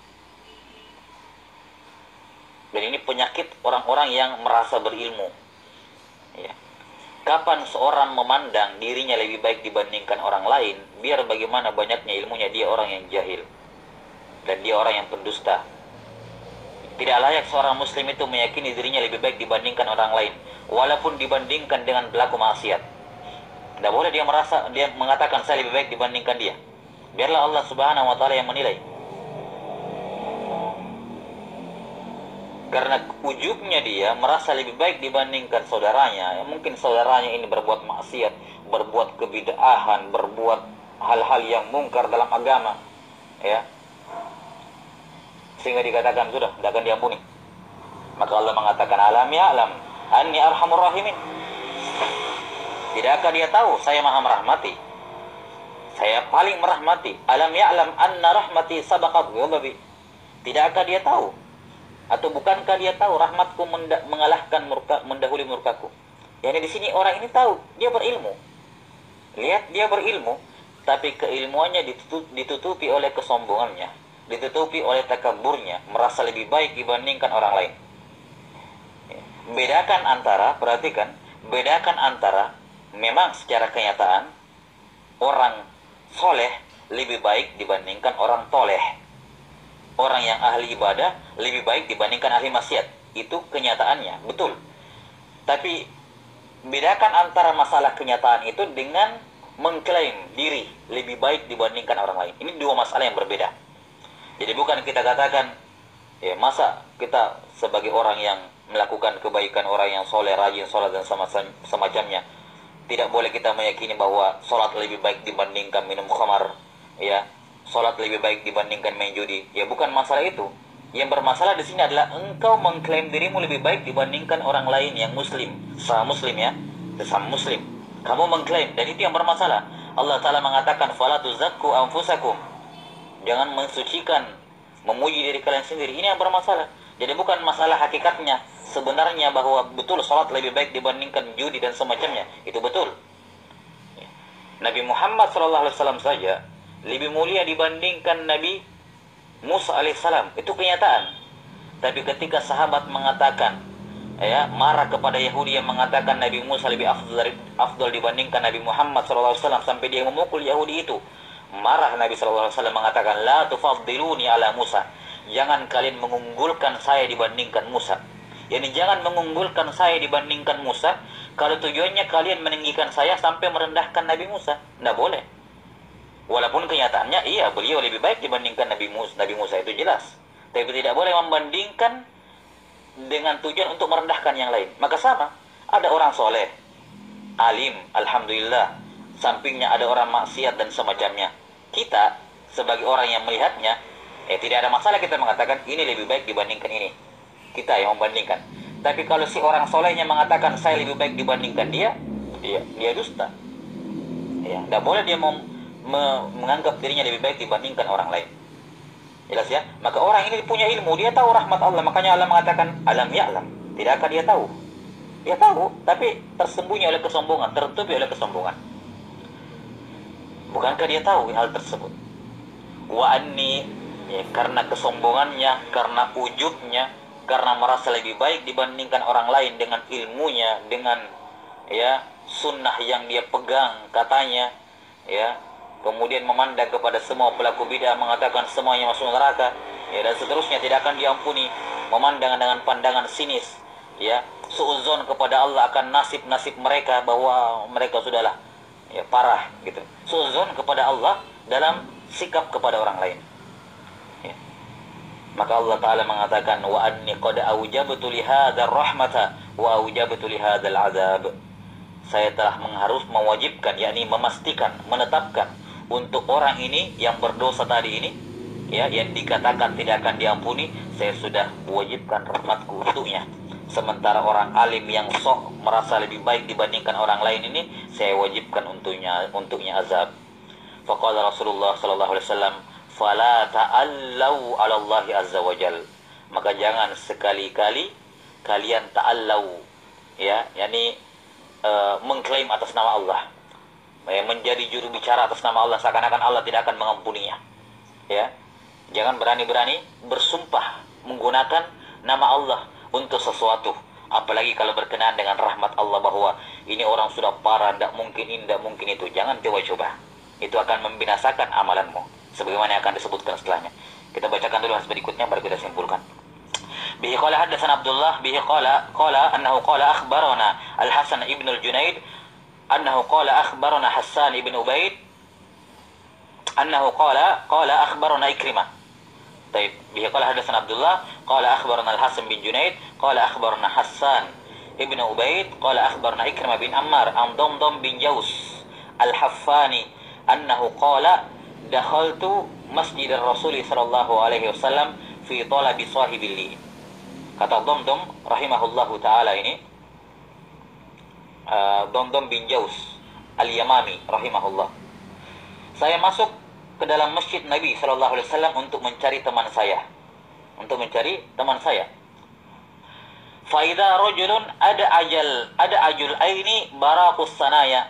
Dan ini penyakit orang-orang yang merasa berilmu. Ya. Kapan seorang memandang dirinya lebih baik dibandingkan orang lain, biar bagaimana banyaknya ilmunya, dia orang yang jahil. Dan dia orang yang pendusta. Tidak layak seorang muslim itu meyakini dirinya lebih baik dibandingkan orang lain, walaupun dibandingkan dengan pelaku maksiat. Tidak boleh dia mengatakan saya lebih baik dibandingkan dia. Biarlah Allah Subhanahu wa taala yang menilai. Karena ujubnya dia merasa lebih baik dibandingkan saudaranya. Mungkin saudaranya ini berbuat maksiat, berbuat kebid'ahan, berbuat hal-hal yang mungkar dalam agama, ya. sehingga dikatakan sudah tidak akan diampuni. Maka Allah mengatakan alam ya'lam anni arhamur rahimin. Tidakkah dia tahu saya maha merahmati, saya paling merahmati. Alam ya'lam anna rahmati sabaqat ghadabi. Tidakkah dia tahu atau bukankah dia tahu rahmatku mengalahkan mendahului murkaku? Yani di sini orang ini tahu, dia berilmu. Lihat, dia berilmu, tapi keilmuannya ditutupi oleh kesombongannya, ditutupi oleh takabburnya, merasa lebih baik dibandingkan orang lain. Bedakan antara, perhatikan, bedakan antara memang secara kenyataan orang soleh lebih baik dibandingkan orang toleh. Orang yang ahli ibadah lebih baik dibandingkan ahli maksiat. Itu kenyataannya, betul. Tapi bedakan antara masalah kenyataan itu dengan mengklaim diri lebih baik dibandingkan orang lain. Ini dua masalah yang berbeda. Jadi bukan kita katakan, ya masa kita sebagai orang yang melakukan kebaikan, orang yang soleh, rajin sholat dan semacamnya, tidak boleh kita meyakini bahwa sholat lebih baik dibandingkan minum khamar, ya, sholat lebih baik dibandingkan main judi. Ya bukan masalah itu. Yang bermasalah di sini adalah engkau mengklaim dirimu lebih baik dibandingkan orang lain yang muslim, sesama muslim, ya, sesama muslim. Kamu mengklaim, dan itu yang bermasalah. Allah Ta'ala mengatakan, fala tuzakku anfusakum. Jangan mensucikan, memuji diri kalian sendiri. Ini yang bermasalah. Jadi bukan masalah hakikatnya, sebenarnya bahwa betul sholat lebih baik dibandingkan judi dan semacamnya. Itu betul. Nabi Muhammad SAW saja lebih mulia dibandingkan Nabi Musa alaihissalam. Itu kenyataan. Tapi ketika sahabat mengatakan, ya, marah kepada Yahudi yang mengatakan Nabi Musa lebih afdal dibandingkan Nabi Muhammad SAW, sampai dia memukul Yahudi itu, marah Nabi SAW mengatakan, la tufaddiluni ala Musa. Jangan kalian mengunggulkan saya dibandingkan Musa. Yani jangan mengunggulkan saya dibandingkan Musa kalau tujuannya kalian meninggikan saya sampai merendahkan Nabi Musa. Tidak boleh. Walaupun kenyataannya iya, beliau lebih baik dibandingkan Nabi Musa itu jelas. Tapi tidak boleh membandingkan dengan tujuan untuk merendahkan yang lain. Maka sama, ada orang soleh, alim, alhamdulillah, sampingnya ada orang maksiat dan semacamnya. Kita sebagai orang yang melihatnya, tidak ada masalah kita mengatakan ini lebih baik dibandingkan ini. Kita yang membandingkan. Tapi kalau si orang solehnya mengatakan saya lebih baik dibandingkan dia dusta. Ya, tidak boleh dia menganggap dirinya lebih baik dibandingkan orang lain. Jelas ya? Maka orang ini punya ilmu, dia tahu rahmat Allah. Makanya Allah mengatakan alam ya'lam. Tidakkah dia tahu? Dia tahu, tapi tersembunyi oleh kesombongan, tertutupi oleh kesombongan. Bukankah dia tahu hal tersebut? Wa anni, ya, karena kesombongannya, karena ujubnya, karena merasa lebih baik dibandingkan orang lain dengan ilmunya, dengan, ya, sunnah yang dia pegang katanya, ya, kemudian memandang kepada semua pelaku bid'ah, mengatakan semuanya masuk neraka, ya, dan seterusnya, tidak akan diampuni, memandang dengan pandangan sinis, ya, suudzon kepada Allah akan nasib-nasib mereka, bahwa mereka sudahlah, ya, parah gitu. Suudzon kepada Allah dalam sikap kepada orang lain. Ya. Maka Allah Ta'ala mengatakan, wa anni qad awjabtu li hadzal rahmata wa awjabtu li hadzal azab. Saya telah mewajibkan, yakni memastikan, menetapkan untuk orang ini yang berdosa tadi ini, ya, yang dikatakan tidak akan diampuni, saya sudah mewajibkan rahmatku untuknya. Sementara orang alim yang sok merasa lebih baik dibandingkan orang lain ini, saya wajibkan untuknya azab. Faqala Rasulullah sallallahu alaihi wasallam, fala ta'allau 'ala Allah azza wajal. Maka jangan sekali-kali kalian ta'allau, ya, yakni mengklaim atas nama Allah, menjadi juru bicara atas nama Allah, seakan-akan Allah tidak akan mengampuninya. Ya, jangan berani-berani bersumpah menggunakan nama Allah untuk sesuatu, apalagi kalau berkenaan dengan rahmat Allah, bahwa ini orang sudah parah, tidak mungkin ini, tidak mungkin itu. Jangan coba-coba, itu akan membinasakan amalanmu, sebagaimana yang akan disebutkan setelahnya. Kita bacakan dulu hadis berikutnya, baru kita simpulkan. Bihi qala haddatsana Abdullah bihi qala annahu qala akhbarana Al-Hasan ibn al-Junaid annahu qala akhbarana Hassan ibn Ubaid annahu qala akhbarana Ikrimah. Baik, bihi qala haddatsana Abdullah qala akhbarana Al-Hasan bin Junaid qala akhbarana Hassan ibn Ubaid qala akhbarana Ikrimah bin Ammar an Damdam bin Jaus Al-Haffani annahu qala dakhaltu masjid Rasul sallallahu alaihi wasallam fi fi talabi sahibil li. Kata Damdam rahimahullahu taala ini, Damdam bin Jaus al-Yamami rahimahullah. Saya masuk ke dalam masjid Nabi sallallahu alaihi wasallam untuk mencari teman saya. Fa idza rajulun ada ajul aini baraqus sanaya.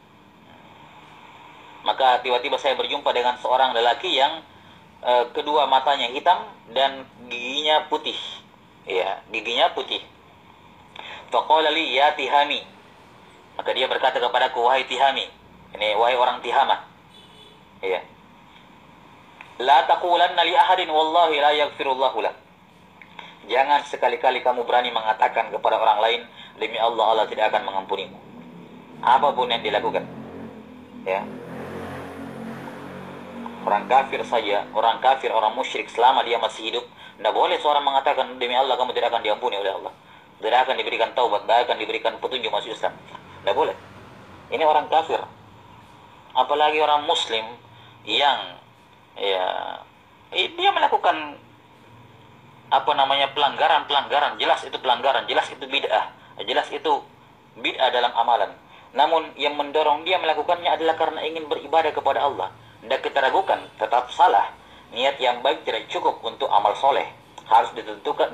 Maka tiba-tiba saya berjumpa dengan seorang lelaki yang kedua matanya hitam dan giginya putih. Ya, giginya putih. Faqala li ya Tihami. Maka dia berkata kepadaku, wahai Tihami. Ini wahai orang Tihamah. Ya. La taqulanna li ahadin wallahi la yaghfirullahu lak. Jangan sekali-kali kamu berani mengatakan kepada orang lain, demi Allah, Allah tidak akan mengampunimu. Apapun yang dilakukan. Ya. Orang kafir saja, orang musyrik selama dia masih hidup, tidak boleh seorang mengatakan demi Allah kamu tidak akan diampuni oleh Allah, tidak akan diberikan taubat, tidak akan diberikan petunjuk masuk Islam. Tidak boleh. Ini orang kafir. Apalagi orang muslim yang dia melakukan pelanggaran, jelas itu pelanggaran, jelas itu bid'ah, jelas itu bid'ah dalam amalan. Namun yang mendorong dia melakukannya adalah karena ingin beribadah kepada Allah. Tidak kita ragukan, tetap salah. Niat yang baik tidak cukup untuk amal soleh. Harus ditentukan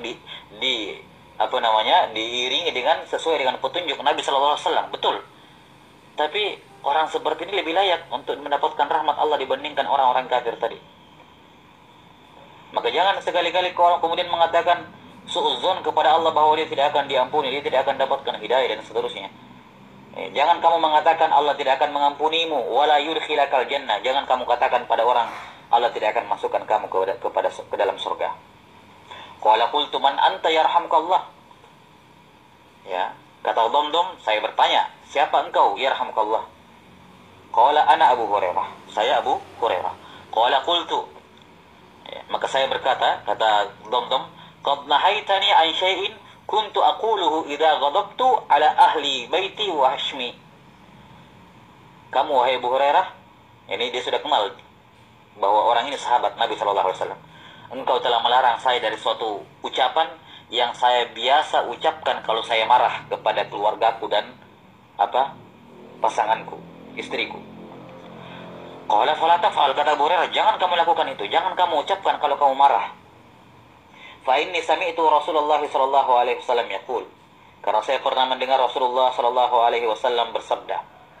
diiringi dengan sesuai dengan petunjuk Nabi Sallallahu Alaihi Wasallam. Betul. Tapi orang seperti ini lebih layak untuk mendapatkan rahmat Allah dibandingkan orang-orang kafir tadi. Maka jangan sekali-kali kau kemudian mengatakan suudzon kepada Allah bahwa dia tidak akan diampuni, dia tidak akan dapatkan hidayah dan seterusnya. Jangan kamu mengatakan Allah tidak akan mengampunimu, wala yudkhilakal jannah. Jangan kamu katakan pada orang Allah tidak akan masukkan kamu ke dalam surga. Qala qultu man anta yarhamkallah. Ya, kata Damdam, saya bertanya, siapa engkau yarhamkallah? Qala ana Abu Hurairah. Saya Abu Hurairah. Qala qultu. Ya, maka saya berkata, kata Damdam, qad nahaitani an syai'in kuntu aquluhu idza ghadabtu ala ahli baiti wa hashmi. Kamu wahai Abu Hurairah, ini dia sudah kenal bahwa orang ini sahabat Nabi sallallahu alaihi wasallam. Engkau telah melarang saya dari suatu ucapan yang saya biasa ucapkan kalau saya marah kepada keluargaku dan pasanganku, istriku. Qala fala taf'al, kata Abu Hurairah, jangan kamu lakukan itu, jangan kamu ucapkan kalau kamu marah. Fa inni sami'tu Rasulullah sallallahu alaihi wasallam yaqul, karena saya pernah mendengar Rasulullah sallallahu alaihi wasallam bersabda,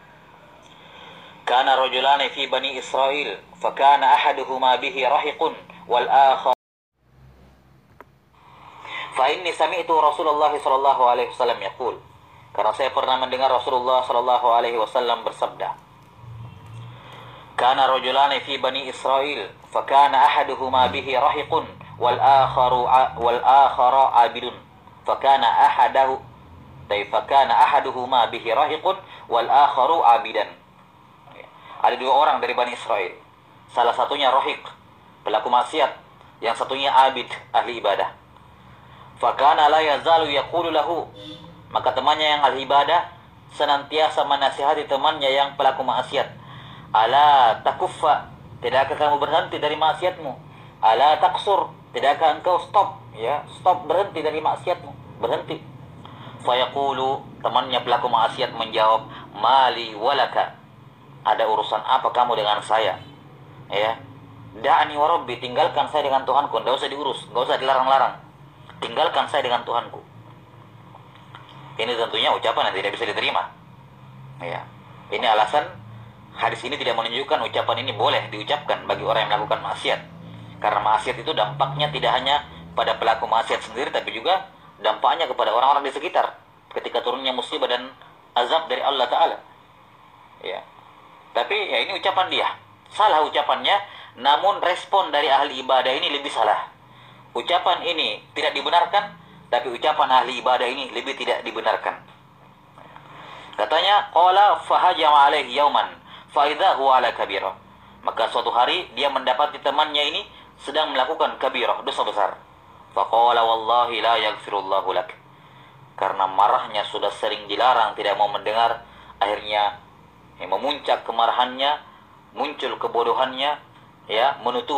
kana rajulani fi bani Israil fa kana ahaduhuma bihi rahiqun wal akhar. Fa inni sami'tu Rasulullah sallallahu alaihi wasallam yaqul, karena saya pernah mendengar Rasulullah sallallahu alaihi wasallam bersabda, kana rajulani fi bani Israil fa kana ahaduhuma bihi rahiqun wal akharu abidun fakana ahaduhuma bihi rahiqun wal akharu abidan. Ada dua orang dari Bani Israel, salah satunya rahiq, pelaku maksiat, yang satunya abid, ahli ibadah. Fakana la yazalu yaqulu lahu, maka temannya yang ahli ibadah senantiasa menasihati temannya yang pelaku maksiat, ala takuffa, tidakkah kamu berhenti dari maksiatmu? Ala taksur, tidakkah engkau stop berhenti dari maksiatmu, berhenti. Fayaqulu, temannya pelaku maksiat menjawab, mali walaka, ada urusan apa kamu dengan saya? Ya, da'ani wa rabbi, tinggalkan saya dengan Tuhanku, enggak usah diurus, enggak usah dilarang-larang, tinggalkan saya dengan Tuhanku. Ini tentunya ucapan yang tidak bisa diterima. Ya, ini alasan hadis ini tidak menunjukkan ucapan ini boleh diucapkan bagi orang yang melakukan maksiat. Karena maksiat itu dampaknya tidak hanya pada pelaku maksiat sendiri, tapi juga dampaknya kepada orang-orang di sekitar ketika turunnya musibah dan azab dari Allah Ta'ala. Ya. Tapi ya ini ucapan dia, salah ucapannya, namun respon dari ahli ibadah ini lebih salah. Ucapan ini tidak dibenarkan, tapi ucapan ahli ibadah ini lebih tidak dibenarkan. Katanya, qala fahajama alaihi yauman fa idza huwa ala kabirah. Maka suatu hari dia mendapati temannya ini sedang melakukan kabirah, dosa besar. Faqala wallahi la yaghfirullahu lak. Karena marahnya sudah sering dilarang, tidak mau mendengar, akhirnya memuncak kemarahannya, muncul kebodohannya, ya, menutupi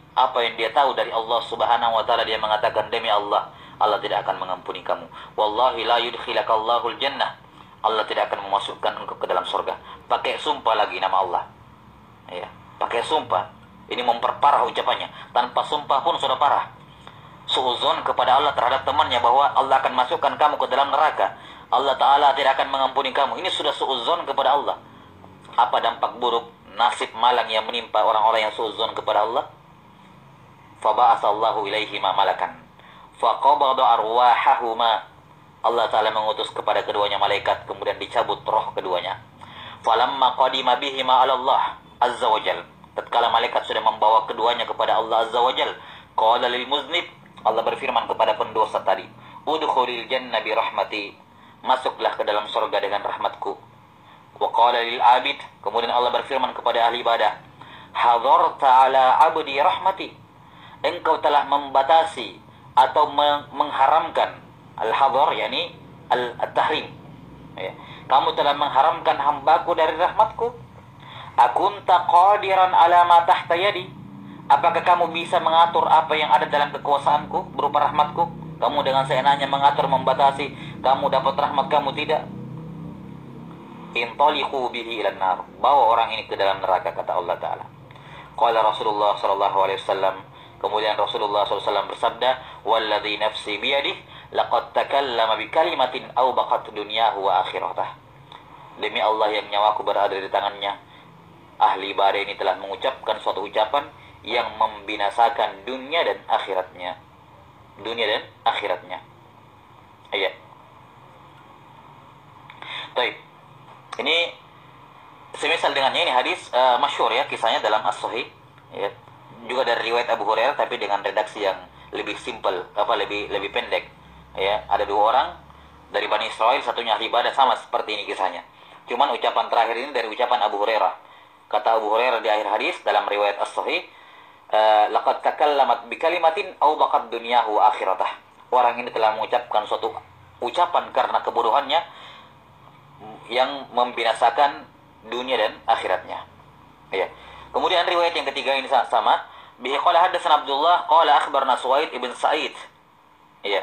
apa yang dia tahu dari Allah Subhanahu wa taala, dia mengatakan, demi Allah, Allah tidak akan mengampuni kamu. Wallahi la yudkhilakallahul jannah. Allah tidak akan memasukkan engkau ke dalam surga. Pakai sumpah lagi nama Allah. Ya, pakai sumpah. Ini memperparah ucapannya. Tanpa sumpah pun sudah parah. Suuzon kepada Allah terhadap temannya bahwa Allah akan masukkan kamu ke dalam neraka. Allah Ta'ala tidak akan mengampuni kamu. Ini sudah suuzon kepada Allah. Apa dampak buruk, nasib malang yang menimpa orang-orang yang suuzon kepada Allah? Faba'asallahu ilaihima malakan faqabada arwahahuma. Allah Ta'ala mengutus kepada keduanya malaikat, kemudian dicabut roh keduanya. Falamma qadima bihima ala Allah azza wa jal, tatkala malaikat sudah membawa keduanya kepada Allah azza wa jal, qala lil muznib, Allah berfirman kepada pendosa tadi, udkhulil jannah bi rahmati, masuklah ke dalam surga dengan rahmatku. Wa qala lil abid, kemudian Allah berfirman kepada ahli ibadah, hadarta ala abdi rahmati, engkau telah membatasi atau mengharamkan. Al-hadar yakni al-tahrim. Ya. Kamu telah mengharamkan hambaku dari rahmatku. Akunta qadiran ala ma tahta yadi. Apakah kamu bisa mengatur apa yang ada dalam kekuasaanku berupa rahmatku? Kamu dengan seenaknya mengatur, membatasi, kamu dapat rahmat, kamu tidak. Intaliqu bihi ilan nar. Bawa orang ini ke dalam neraka, kata Allah Ta'ala. Qala Rasulullah sallallahu alaihi wasallam, kemudian Rasulullah SAW bersabda, walladzi nafsi biyadih, laqad takallama bi kalimatin awbaqat dunyahu wa akhiratah. Demi Allah yang nyawaku berada di tangannya, ahli ibadah ini telah mengucapkan suatu ucapan yang membinasakan dunia dan akhiratnya. Dunia dan akhiratnya. Ayat. Baik. Ini semisal dengannya, ini hadis masyhur ya, kisahnya dalam As-Sahih ya. Juga dari riwayat Abu Hurairah tapi dengan redaksi yang lebih simpel, lebih pendek. Ya, ada dua orang dari Bani Israel, satunya ahli ibadah, sama seperti ini kisahnya. Cuman ucapan terakhir ini dari ucapan Abu Hurairah. Kata Abu Hurairah di akhir hadis dalam riwayat As-Sahih, laqad takallamat bi kalimatin awbaqat dunyahu wa akhiratah. Orang ini telah mengucapkan suatu ucapan karena kebodohannya yang membinasakan dunia dan akhiratnya. Ya. Kemudian riwayat yang ketiga ini sama. Bihi qala haddatsana Abdullah qala akhbarna Suwaid ibn Sa'id. Ya.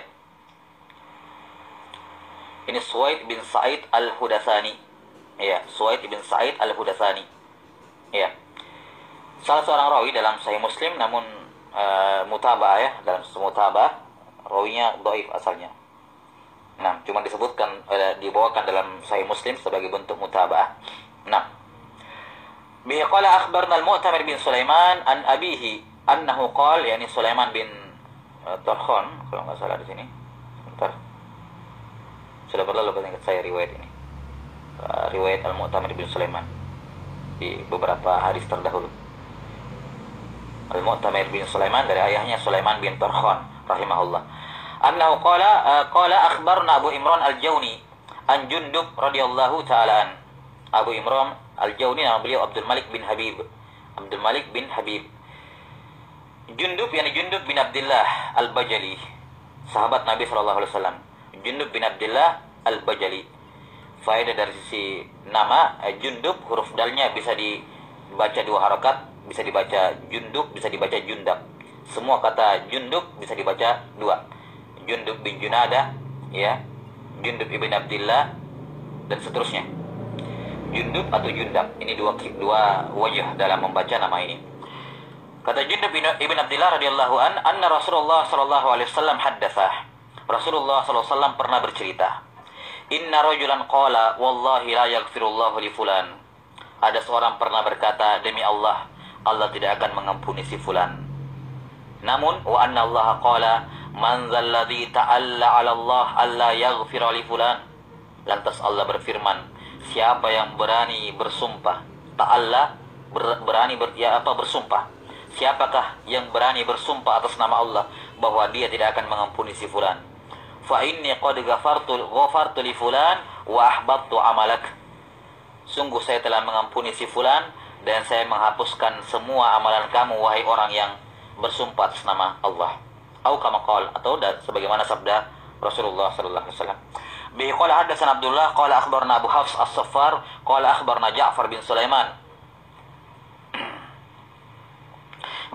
Ini Suwaid bin Sa'id al-Hudatsani. Ya, Suwaid bin Sa'id al-Hudatsani. Ya. Salah seorang rawi dalam Sahih Muslim, namun mutaba'ah ya, dalam mutaba'ah rawinya dhaif asalnya. Nah, cuma disebutkan dibawakan dalam Sahih Muslim sebagai bentuk mutaba'ah. Nah, bihi qala akhbarna al-Mu'tamir bin Sulaiman an abihi annahu qala, yakni Sulaiman bin Tarkhan kalau enggak salah di sini. Bentar. Sudah berlalu ingat saya riwayat ini. Riwayat al-Mu'tamir bin Sulaiman di beberapa hadis terdahulu. Al-Mu'tamir bin Sulaiman dari ayahnya Sulaiman bin Tarkhan rahimahullah. Annahu qala akhbarna Abu Imran al-Jawni an Jundub radhiyallahu ta'ala an. Abu Imran Al-Jawni nama beliau Abdul Malik bin Habib. Abdul Malik bin Habib. Jundub yakni Jundub bin Abdullah Al-Bajali, sahabat Nabi SAW. Jundub bin Abdullah Al-Bajali. Faedah dari sisi nama Jundub, huruf dalnya bisa dibaca dua harakat, bisa dibaca Jundub, bisa dibaca Jundab. Semua kata Jundub bisa dibaca dua. Jundub bin Junada, ya, Jundub ibn Abdullah, dan seterusnya. Jundub atau Jundab, ini dua wajah dalam membaca nama ini. Kata Jundub ibn Abdullah radhiyallahu an, anna Rasulullah sallallahu alaihi wasallam haddatsah. Rasulullah sallallahu alaihi wasallam pernah bercerita, inna rajulan qala wallahi la yaghfirullahu li fulan. Ada seorang pernah berkata, demi Allah, Allah tidak akan mengampuni si fulan. Namun wa anna Allah qala man dzalladzi ta'alla 'ala Allah alla yaghfira li fulan. Lantas Allah berfirman, siapa yang berani bersumpah, ta'alla berani bersumpah. Siapakah yang berani bersumpah atas nama Allah bahwa dia tidak akan mengampuni si fulan? Fa inni qad ghafartu li fulan wa ahbattu amalak. Sungguh saya telah mengampuni si fulan dan saya menghapuskan semua amalan kamu wahai orang yang bersumpah atas nama Allah. Au kama qala, atau sebagaimana sabda Rasulullah sallallahu alaihi wasallam. Bihi qala haddatsana Abdullah qala akhbarna Abu Hafs As-Saffar qala akhbarna Ja'far bin Sulaiman.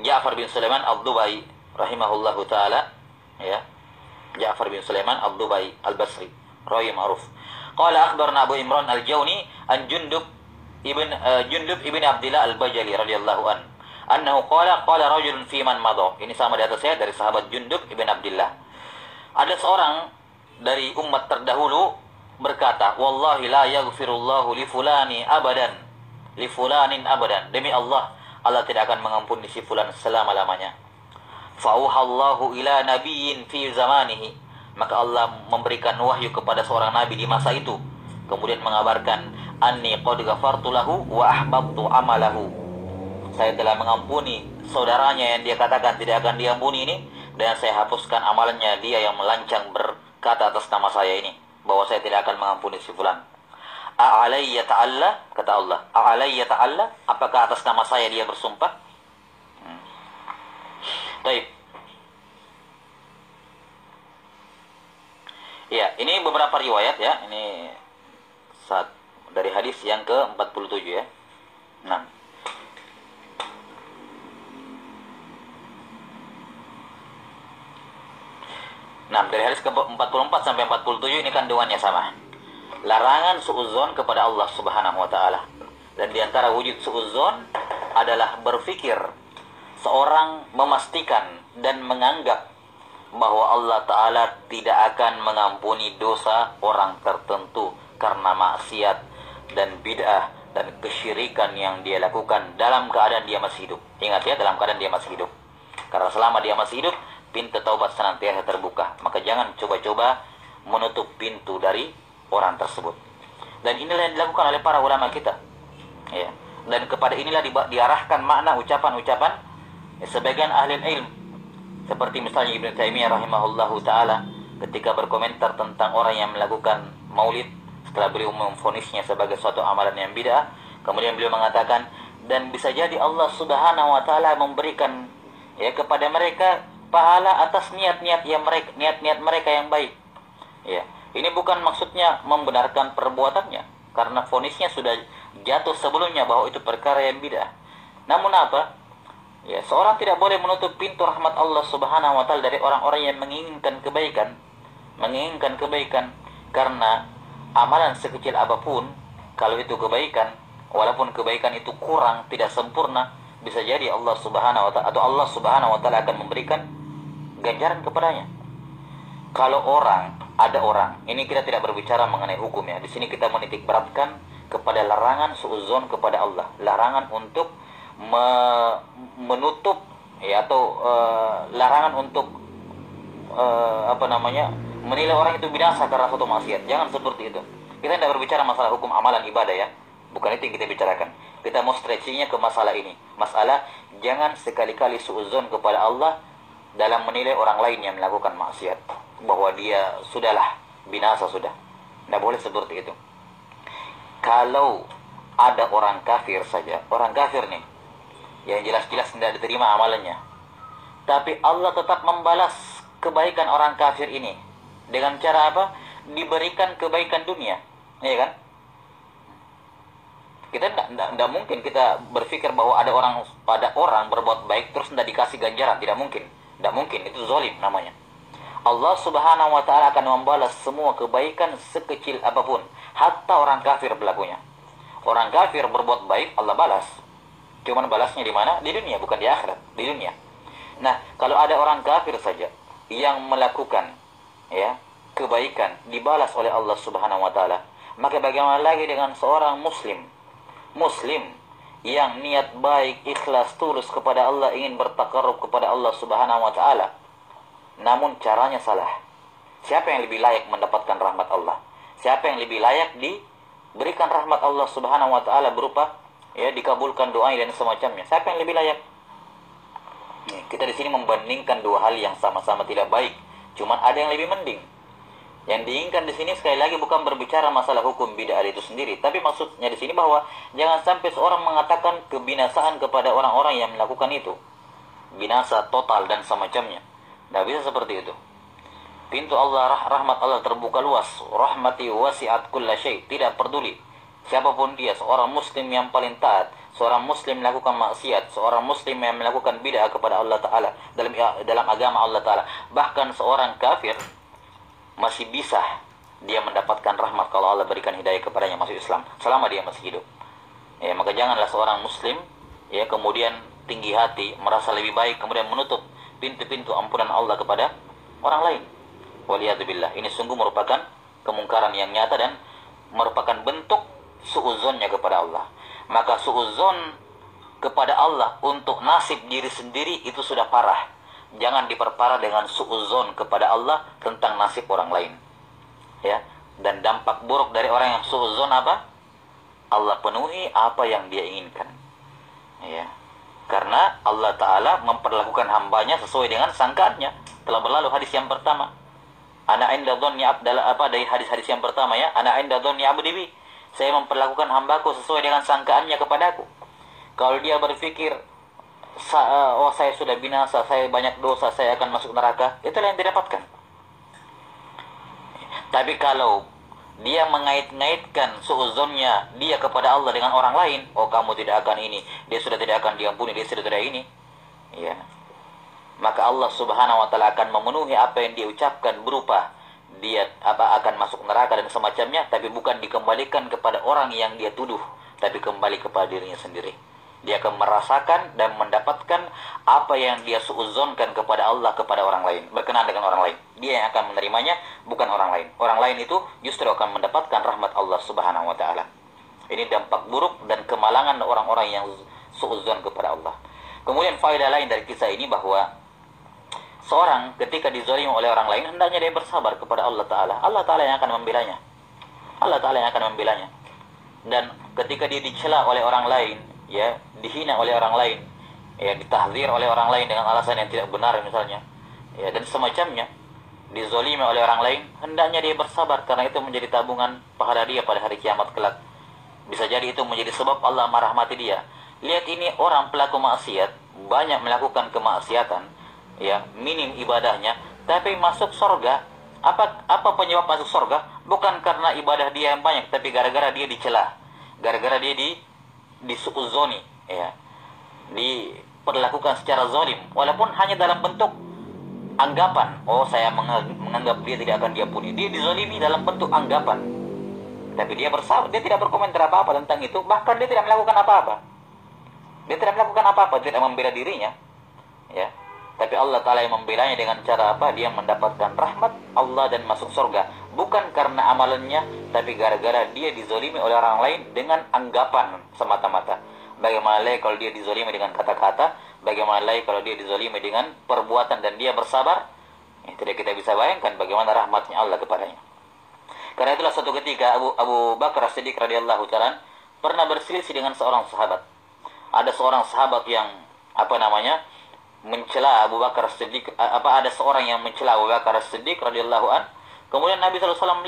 Ja'far bin Sulaiman Ad-Dubai rahimahullahu taala, ya. Ja'far bin Sulaiman Ad-Dubai Al-Basri, rawi ma'ruf. Qala akhbarna Abu Imran Al-Jawni an Jundub ibn Abdillah Al-Bajali radhiyallahu an. Annahu qala rajulun fi man madha. Ini sama di atas saya dari sahabat Jundub ibn Abdillah. Ada seorang dari umat terdahulu berkata, "Wallahi la yaghfirullahu li fulani abadan, li fulanin abadan." Demi Allah, Allah tidak akan mengampuni si fulan selama-lamanya. Fa'uhallahu ila nabiyyin fi zamanihi. Maka Allah memberikan wahyu kepada seorang nabi di masa itu. Kemudian mengabarkan, "Anni qad ghafartu lahu wa ahbabtu amalahu." Saya telah mengampuni saudaranya yang dia katakan tidak akan diampuni ini, dan saya hapuskan amalannya dia yang melancang berkata atas nama saya ini bahwa saya tidak akan mengampuni si fulan. A'alayya ta'alla, kata Allah. A'alayya ta'alla, apakah atas nama saya dia bersumpah? Baik. Ya, ini beberapa riwayat ya. Ini dari hadis yang ke-47 ya. 6. Nah, dari hadis ke-44 sampai 47 ini kandungannya sama. Larangan suudzon kepada Allah Subhanahu wa taala. Dan di antara wujud suudzon adalah berpikir seorang memastikan dan menganggap bahwa Allah Ta'ala tidak akan mengampuni dosa orang tertentu karena maksiat dan bid'ah dan kesyirikan yang dia lakukan dalam keadaan dia masih hidup. Ingat ya, dalam keadaan dia masih hidup. Karena selama dia masih hidup, pintu taubat senantiasa terbuka. Maka jangan coba-coba menutup pintu dari orang tersebut. Dan inilah yang dilakukan oleh para ulama kita. Ya. Dan kepada inilah diarahkan makna ucapan-ucapan sebagian ahli ilm. Seperti misalnya Ibnu Taimiyah rahimahullahu taala ketika berkomentar tentang orang yang melakukan maulid setelah beliau memvonisnya sebagai suatu amalan yang bid'ah, kemudian beliau mengatakan, dan bisa jadi Allah Subhanahu wa taala memberikan ya kepada mereka pahala atas niat-niat mereka yang baik. Ya, ini bukan maksudnya membenarkan perbuatannya karena vonisnya sudah jatuh sebelumnya bahwa itu perkara yang bid'ah. Namun apa? Ya, seorang tidak boleh menutup pintu rahmat Allah Subhanahu wa taala dari orang-orang yang menginginkan kebaikan, karena amalan sekecil apapun kalau itu kebaikan, walaupun kebaikan itu kurang, tidak sempurna, bisa jadi Allah Subhanahu wa taala atau Allah Subhanahu wa taala akan memberikan ganjaran kepadanya. Kalau ada orang, ini kita tidak berbicara mengenai hukum ya. Di sini kita menitik beratkan kepada larangan suudzon kepada Allah, larangan untuk menutup ya atau larangan untuk menilai orang itu binasa karena suatu maksiat. Jangan seperti itu. Kita tidak berbicara masalah hukum amalan ibadah ya. Bukan itu yang kita bicarakan. Kita mau stretchingnya ke masalah ini. Masalah jangan sekali-kali suudzon kepada Allah dalam menilai orang lain yang melakukan maksiat, bahwa dia sudahlah binasa sudah. Tidak boleh seperti itu. Kalau ada orang kafir saja, orang kafir nih yang jelas-jelas tidak diterima amalannya, tapi Allah tetap membalas kebaikan orang kafir ini dengan cara apa? Diberikan kebaikan dunia, ya kan? Kita tidak mungkin kita berpikir bahwa ada orang berbuat baik terus tidak dikasih ganjaran, tidak mungkin, itu zalim namanya. Allah Subhanahu wa taala akan membalas semua kebaikan sekecil apapun, hatta orang kafir pelakunya. Orang kafir berbuat baik, Allah balas. Cuman balasnya di mana? Di dunia, bukan di akhirat, di dunia. Nah, kalau ada orang kafir saja yang melakukan ya kebaikan dibalas oleh Allah Subhanahu wa taala, maka bagaimana lagi dengan seorang muslim yang niat baik, ikhlas, tulus kepada Allah, ingin bertakarrub kepada Allah Subhanahu wa taala, namun caranya salah. Siapa yang lebih layak mendapatkan rahmat Allah? Siapa yang lebih layak diberikan rahmat Allah Subhanahu wa taala berupa ya dikabulkan doa dan semacamnya? Siapa yang lebih layak? Kita di sini membandingkan dua hal yang sama-sama tidak baik, cuman ada yang lebih mending. Yang diinginkan di sini sekali lagi bukan berbicara masalah hukum bid'ah itu sendiri, tapi maksudnya di sini bahwa jangan sampai seorang mengatakan kebinasaan kepada orang-orang yang melakukan itu, binasa total dan semacamnya. Tidak bisa seperti itu. Pintu Allah, rahmat Allah terbuka luas. Rahmati wasi'at kulla syai'. Tidak peduli siapapun dia, seorang muslim yang paling taat, seorang muslim melakukan maksiat, seorang muslim yang melakukan bid'ah kepada Allah Ta'ala dalam agama Allah Ta'ala, bahkan seorang kafir masih bisa dia mendapatkan rahmat kalau Allah berikan hidayah kepadanya masuk Islam selama dia masih hidup. Ya, maka janganlah seorang muslim ya kemudian tinggi hati, merasa lebih baik, kemudian menutup pintu-pintu ampunan Allah kepada orang lain. Waliyadzubillah. Ini sungguh merupakan kemungkaran yang nyata dan merupakan bentuk suudzonnya kepada Allah. Maka suudzon kepada Allah untuk nasib diri sendiri itu sudah parah. Jangan diperparah dengan suudzon kepada Allah tentang nasib orang lain. Ya, dan dampak buruk dari orang yang suudzon apa? Allah penuhi apa yang dia inginkan. Ya. Karena Allah Ta'ala memperlakukan hambanya sesuai dengan sangkaannya. Telah berlalu hadis yang pertama. Ana inda dhanni dari hadis-hadis yang pertama ya. Ana inda dhanni abdi bi. Saya memperlakukan hambaku sesuai dengan sangkaannya kepadaku. Kalau dia berpikir oh saya sudah binasa, saya banyak dosa, saya akan masuk neraka, itulah yang didapatkan. Tapi kalau dia mengait-ngaitkan suudzonnya dia kepada Allah dengan orang lain, oh kamu tidak akan ini, dia sudah tidak akan diampuni, dia sudah tidak ini, ya, maka Allah Subhanahu wa Ta'ala akan memenuhi apa yang dia ucapkan berupa dia akan masuk neraka dan semacamnya, tapi bukan dikembalikan kepada orang yang dia tuduh, tapi kembali kepada dirinya sendiri. Dia akan merasakan dan mendapatkan apa yang dia suudzonkan kepada Allah kepada orang lain, berkenaan dengan orang lain. Dia yang akan menerimanya, bukan orang lain. Orang lain itu justru akan mendapatkan rahmat Allah Subhanahu wa Ta'ala. Ini dampak buruk dan kemalangan orang-orang yang suudzon kepada Allah. Kemudian faedah lain dari kisah ini bahwa seorang ketika dizalimi oleh orang lain, hendaknya dia bersabar kepada Allah Ta'ala. Allah Ta'ala yang akan membelanya. Allah Ta'ala yang akan membelanya. Dan ketika dia dicela oleh orang lain, ya, dihina oleh orang lain, ya, ditahdzir oleh orang lain dengan alasan yang tidak benar misalnya, ya, dan semacamnya, dizalimi oleh orang lain, hendaknya dia bersabar karena itu menjadi tabungan pahala dia pada hari kiamat kelak. Bisa jadi itu menjadi sebab Allah merahmati dia. Lihat ini orang pelaku maksiat, banyak melakukan kemaksiatan, ya, minim ibadahnya, tapi masuk surga. Apa penyebab masuk surga? Bukan karena ibadah dia yang banyak, tapi gara-gara dia dicela, gara-gara dia disuudzoni, ya, diperlakukan secara zalim, walaupun hanya dalam bentuk anggapan. Oh, saya menganggap dia tidak akan diampuni. Dia dizalimi dalam bentuk anggapan, tapi dia bersabar, dia tidak berkomentar apa-apa tentang itu, bahkan dia tidak melakukan apa-apa. Dia tidak melakukan apa-apa, tidak membela dirinya, ya. Tapi Allah Ta'ala yang membelanya dengan cara apa? Dia mendapatkan rahmat Allah dan masuk surga. Bukan karena amalannya, tapi gara-gara dia dizalimi oleh orang lain dengan anggapan semata-mata. Bagaimana lagi kalau dia dizalimi dengan kata-kata? Bagaimana lagi kalau dia dizalimi dengan perbuatan dan dia bersabar? Tidak kita bisa bayangkan bagaimana rahmatnya Allah kepadanya. Karena itulah suatu ketika Abu Bakar As-Siddiq radhiyallahu ta'ala pernah berselisih dengan seorang sahabat. Ada seorang sahabat yang mencela Abu Bakar As-Siddiq, ada seorang yang mencela Abu Bakar As-Siddiq radhiyallahu an. Kemudian Nabi SAW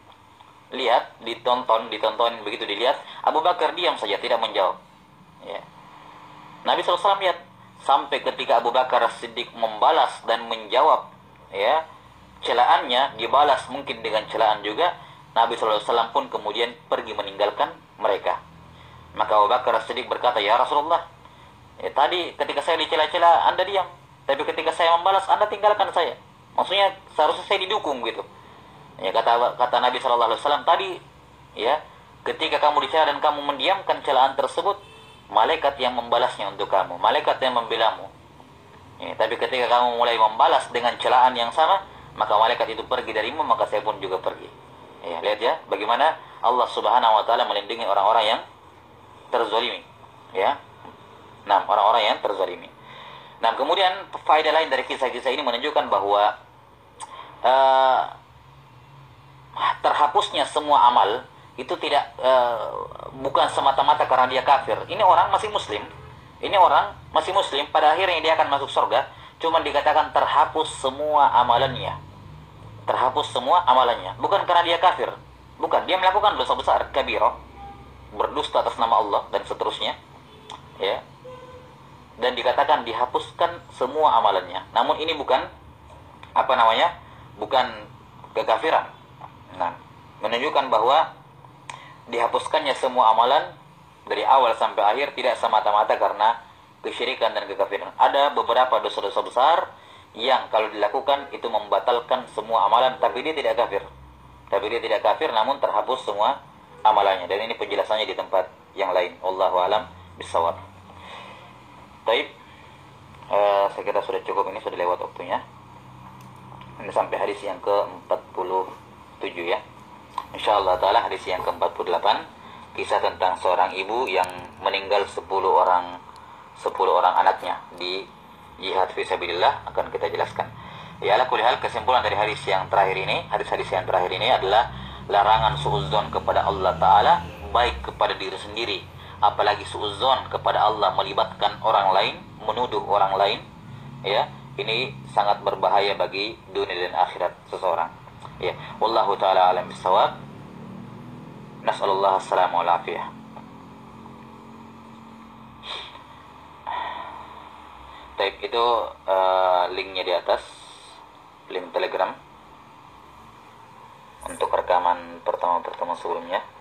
ditonton begitu dilihat, Abu Bakar diam saja, tidak menjawab. Ya. Nabi SAW lihat sampai ketika Abu Bakar As-Siddiq membalas dan menjawab, ya, celaannya dibalas mungkin dengan celaan juga. Nabi SAW pun kemudian pergi meninggalkan mereka. Maka Abu Bakar As-Siddiq berkata, ya Rasulullah, tadi ketika saya dicela-cela Anda diam, tapi ketika saya membalas Anda tinggalkan saya. Maksudnya seharusnya saya didukung gitu. Ya, kata Nabi SAW tadi, ya, ketika kamu dicela dan kamu mendiamkan celaan tersebut, malaikat yang membalasnya untuk kamu, malaikat yang membelamu. Ya, tapi ketika kamu mulai membalas dengan celaan yang sama, maka malaikat itu pergi darimu, maka saya pun juga pergi. Ya, lihat ya, bagaimana Allah Subhanahu wa Ta'ala melindungi orang-orang yang terzalimi, ya. Nah, orang-orang yang terzalimi. Nah, kemudian faedah lain dari kisah-kisah ini menunjukkan bahwa terhapusnya semua amal itu tidak bukan semata-mata karena dia kafir. Ini orang masih muslim. Pada akhirnya dia akan masuk surga. Cuma dikatakan terhapus semua amalannya. Bukan karena dia kafir. Bukan, dia melakukan dosa besar, kabirah, berdusta atas nama Allah dan seterusnya. Ya. Dan dikatakan dihapuskan semua amalannya. Namun ini bukan bukan kekafiran. Nah, menunjukkan bahwa dihapuskannya semua amalan dari awal sampai akhir tidak semata-mata karena kesyirikan dan kekafiran. Ada beberapa dosa-dosa besar yang kalau dilakukan itu membatalkan semua amalan, tapi dia tidak kafir. Tapi dia tidak kafir, namun terhapus semua amalannya. Dan ini penjelasannya di tempat yang lain. Wallahu alam bisawab. Baik, saya kira sudah cukup, ini sudah lewat waktunya. Ini sampai hadis yang ke-47 ya. Insyaallah taala hadis yang ke-48, kisah tentang seorang ibu yang meninggal 10 orang anaknya di jihad fisabilillah akan kita jelaskan. Ya, ala kulli hal, kesimpulan dari hadis yang terakhir ini, hadis-hadis yang terakhir ini adalah larangan suudzon kepada Allah taala, baik kepada diri sendiri, apalagi suudzon kepada Allah melibatkan orang lain, menuduh orang lain, ya. Ini sangat berbahaya bagi dunia dan akhirat seseorang. Ya, wallahu taala alam bisawab. Nas'alullah assalamu wal afiyah. Baik, itu linknya di atas, link Telegram untuk rekaman pertemuan sebelumnya.